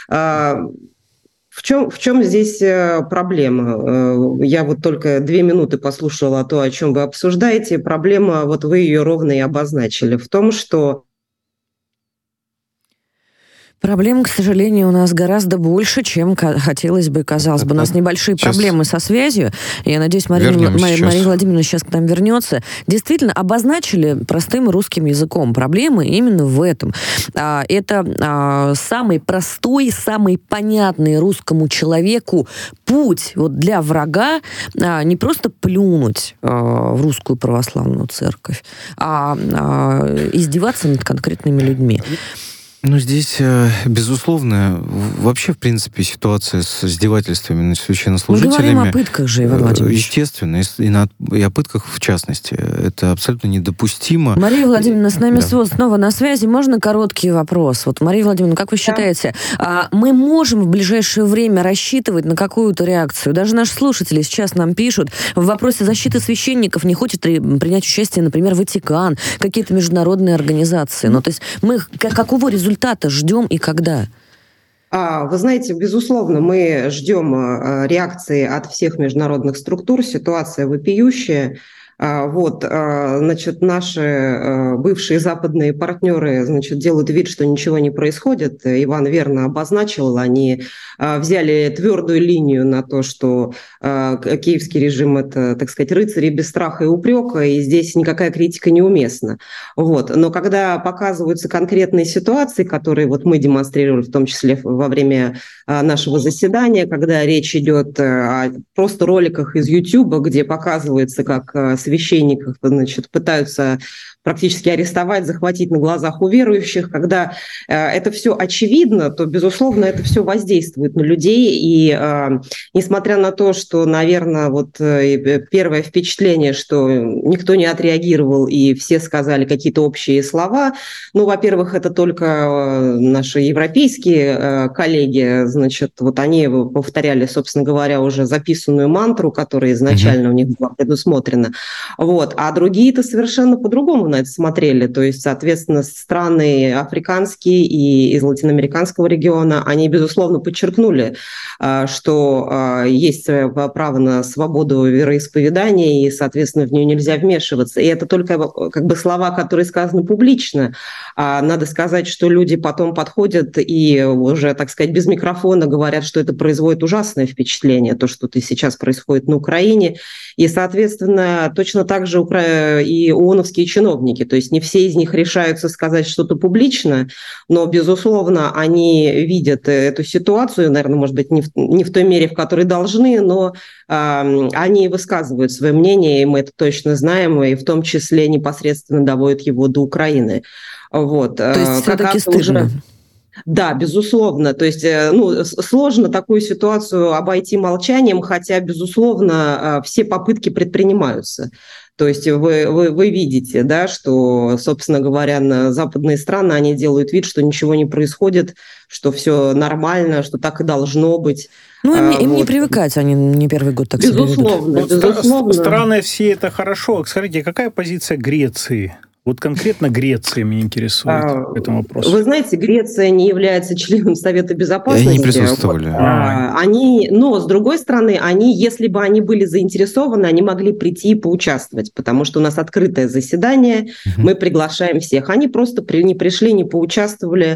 В чем, в чем здесь проблема? Я вот только две минуты послушала то, о чем вы обсуждаете. Проблема, вот вы ее ровно и обозначили, в том, что... Проблем, к сожалению, у нас гораздо больше, чем хотелось бы, казалось бы. У нас небольшие сейчас проблемы со связью. Я надеюсь, Мария, Мария, Мария Владимировна сейчас к нам вернется. Действительно, обозначили простым русским языком проблемы именно в этом. Это самый простой, самый понятный русскому человеку путь вот для врага не просто плюнуть в русскую православную церковь, а издеваться над конкретными людьми. Ну, здесь, безусловно, вообще, в принципе, ситуация с издевательствами над священнослужителями... Мы говорим о пытках же, Иван Владимирович. Естественно, и, на, и о пытках в частности. Это абсолютно недопустимо. Мария Владимировна, с нами да. снова на связи. Можно короткий вопрос? Вот, Мария Владимировна, как вы считаете, да. мы можем в ближайшее время рассчитывать на какую-то реакцию? Даже наши слушатели сейчас нам пишут, в вопросе защиты священников не хочет ли принять участие, например, Ватикан, какие-то международные организации. Ну, то есть мы какого результата Результата ждем и когда? Вы знаете, безусловно, мы ждем реакции от всех международных структур. Ситуация вопиющая. Вот, значит, наши бывшие западные партнеры, значит, делают вид, что ничего не происходит. Иван верно обозначил, они взяли твердую линию на то, что киевский режим – это, так сказать, рыцари без страха и упрека, и здесь никакая критика неуместна. Вот. Но когда показываются конкретные ситуации, которые вот мы демонстрировали, в том числе во время нашего заседания, когда речь идет о просто роликах из YouTube, где показывается, как священников, значит, пытаются практически арестовать, захватить на глазах у верующих. Когда э, это все очевидно, то, безусловно, это все воздействует на людей. И э, несмотря на то, что, наверное, вот э, первое впечатление, что никто не отреагировал и все сказали какие-то общие слова, ну, во-первых, это только э, наши европейские э, коллеги, значит, вот они повторяли, собственно говоря, уже записанную мантру, которая изначально mm-hmm. у них была предусмотрена. Вот. А другие-то совершенно по-другому на это смотрели. То есть, соответственно, страны африканские и из латиноамериканского региона, они, безусловно, подчеркнули, что есть право на свободу вероисповедания, и, соответственно, в нее нельзя вмешиваться. И это только как бы слова, которые сказаны публично. Надо сказать, что люди потом подходят и уже, так сказать, без микрофона говорят, что это производит ужасное впечатление, то, что сейчас происходит на Украине. И, соответственно, точно так же и ООНовские чиновники. То есть не все из них решаются сказать что-то публично, но, безусловно, они видят эту ситуацию, наверное, может быть, не в, не в той мере, в которой должны, но э, они высказывают свое мнение, и мы это точно знаем, и в том числе непосредственно доводят его до Украины. Вот. То есть все-таки стыдно? Уже... Да, безусловно. То есть, ну, сложно такую ситуацию обойти молчанием, хотя, безусловно, все попытки предпринимаются. То есть вы, вы, вы видите, да, что, собственно говоря, на западные страны, они делают вид, что ничего не происходит, что все нормально, что так и должно быть. Ну, им, а, им вот. не привыкать, они не первый год так безусловно, себя ведут. Безусловно. Страны все это хорошо. Скажите, какая позиция Греции? Вот конкретно Греция меня интересует а, в этом вопросе. Вы знаете, Греция не является членом Совета Безопасности. Они не присутствовали. Вот. А, они, но, с другой стороны, они, если бы они были заинтересованы, они могли прийти и поучаствовать, потому что у нас открытое заседание, угу. мы приглашаем всех. Они просто при, не пришли, не поучаствовали.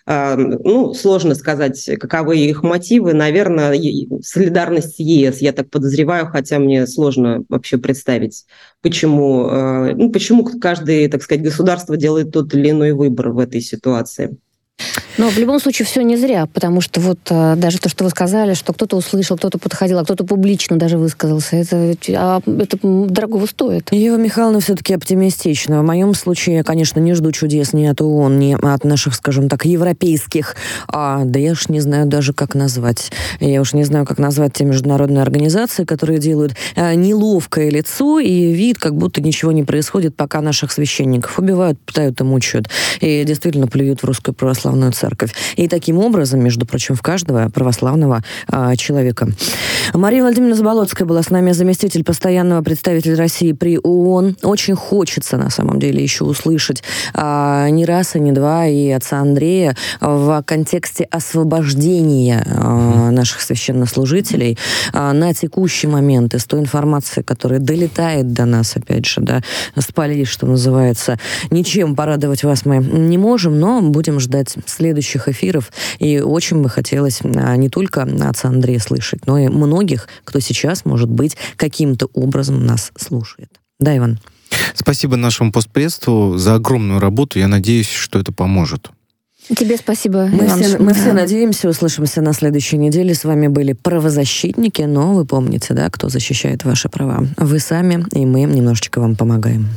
Ну, сложно сказать, каковы их мотивы. Наверное, солидарность с ЕС, я так подозреваю, хотя мне сложно вообще представить, почему, ну, почему каждое, так сказать, государство делает тот или иной выбор в этой ситуации. Но в любом случае все не зря, потому что вот даже то, что вы сказали, что кто-то услышал, кто-то подходил, а кто-то публично даже высказался, это, а, это дорогого стоит. Ева Михайловна все-таки оптимистична. В моем случае я, конечно, не жду чудес ни от ООН, ни от наших, скажем так, европейских, а, да я уж не знаю даже, как назвать. Я уж не знаю, как назвать те международные организации, которые делают а, неловкое лицо и вид, как будто ничего не происходит, пока наших священников убивают, пытают и мучают. И действительно плюют в русскую православную церковь. И таким образом, между прочим, в каждого православного а, человека. Мария Владимировна Заболоцкая была с нами, заместитель постоянного представителя России при ООН. Очень хочется, на самом деле, еще услышать а, не раз и не два и отца Андрея в контексте освобождения а, наших священнослужителей а, на текущий момент из той информации, которая долетает до нас, опять же, да, спались, что называется. Ничем порадовать вас мы не можем, но будем ждать следующих эфиров. И очень бы хотелось а, не только отца Андрея слышать, но и многих, кто сейчас, может быть, каким-то образом нас слушает. Да, Иван? Спасибо нашему постпредству за огромную работу. Я надеюсь, что это поможет. Тебе спасибо, мы Иван. Все, мы все надеемся, услышимся на следующей неделе. С вами были правозащитники, но вы помните, да, кто защищает ваши права. Вы сами, и мы немножечко вам помогаем.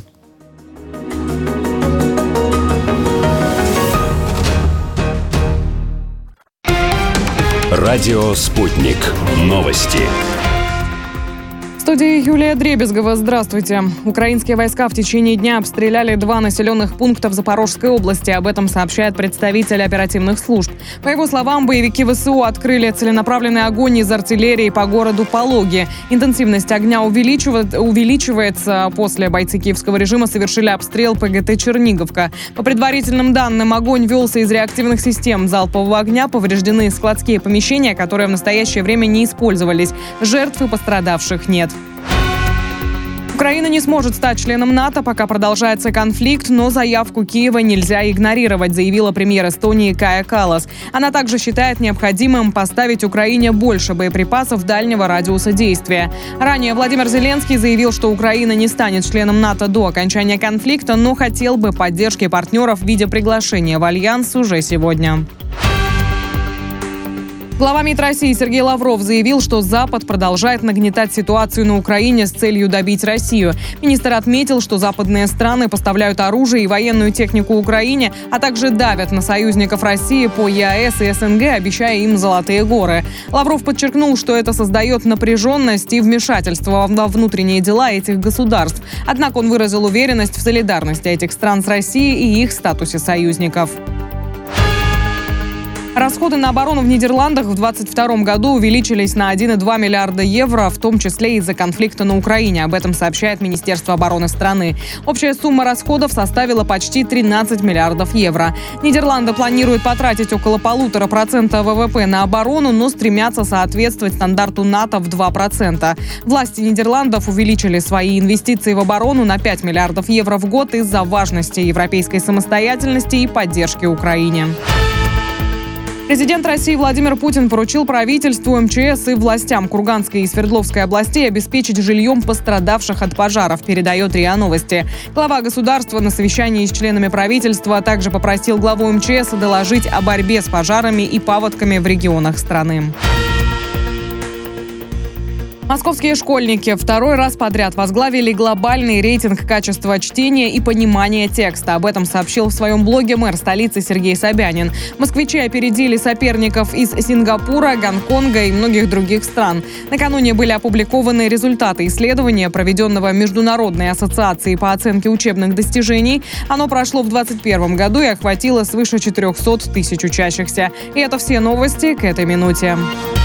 Радио «Спутник». Новости. В студии Юлия Дребезгова. Здравствуйте. Украинские войска в течение дня обстреляли два населенных пункта в Запорожской области. Об этом сообщает представитель оперативных служб. По его словам, боевики ВСУ открыли целенаправленный огонь из артиллерии по городу Пологи. Интенсивность огня увеличивается. После бойцы киевского режима совершили обстрел ПГТ «Черниговка». По предварительным данным, огонь велся из реактивных систем залпового огня. Повреждены складские помещения, которые в настоящее время не использовались. Жертв и пострадавших нет. Украина не сможет стать членом НАТО, пока продолжается конфликт, но заявку Киева нельзя игнорировать, заявила премьер Эстонии Кая Каллас. Она также считает необходимым поставить Украине больше боеприпасов дальнего радиуса действия. Ранее Владимир Зеленский заявил, что Украина не станет членом НАТО до окончания конфликта, но хотел бы поддержки партнеров в виде приглашения в альянс уже сегодня. Глава МИД России Сергей Лавров заявил, что Запад продолжает нагнетать ситуацию на Украине с целью добить Россию. Министр отметил, что западные страны поставляют оружие и военную технику Украине, а также давят на союзников России по ЕАЭС и СНГ, обещая им золотые горы. Лавров подчеркнул, что это создает напряженность и вмешательство во внутренние дела этих государств. Однако он выразил уверенность в солидарности этих стран с Россией и их статусе союзников. Расходы на оборону в Нидерландах в двадцать втором году увеличились на один и два миллиарда евро, в том числе из-за конфликта на Украине. Об этом сообщает Министерство обороны страны. Общая сумма расходов составила почти тринадцать миллиардов евро. Нидерланды планируют потратить около полутора процента ВВП на оборону, но стремятся соответствовать стандарту НАТО в два процента. Власти Нидерландов увеличили свои инвестиции в оборону на пять миллиардов евро в год из-за важности европейской самостоятельности и поддержки Украине. Президент России Владимир Путин поручил правительству, МЧС и властям Курганской и Свердловской областей обеспечить жильем пострадавших от пожаров, передает РИА Новости. Глава государства на совещании с членами правительства также попросил главу МЧС доложить о борьбе с пожарами и паводками в регионах страны. Московские школьники второй раз подряд возглавили глобальный рейтинг качества чтения и понимания текста. Об этом сообщил в своем блоге мэр столицы Сергей Собянин. Москвичи опередили соперников из Сингапура, Гонконга и многих других стран. Накануне были опубликованы результаты исследования, проведенного Международной ассоциацией по оценке учебных достижений. Оно прошло в двадцать первом году и охватило свыше четырехсот тысяч учащихся. И это все новости к этой минуте.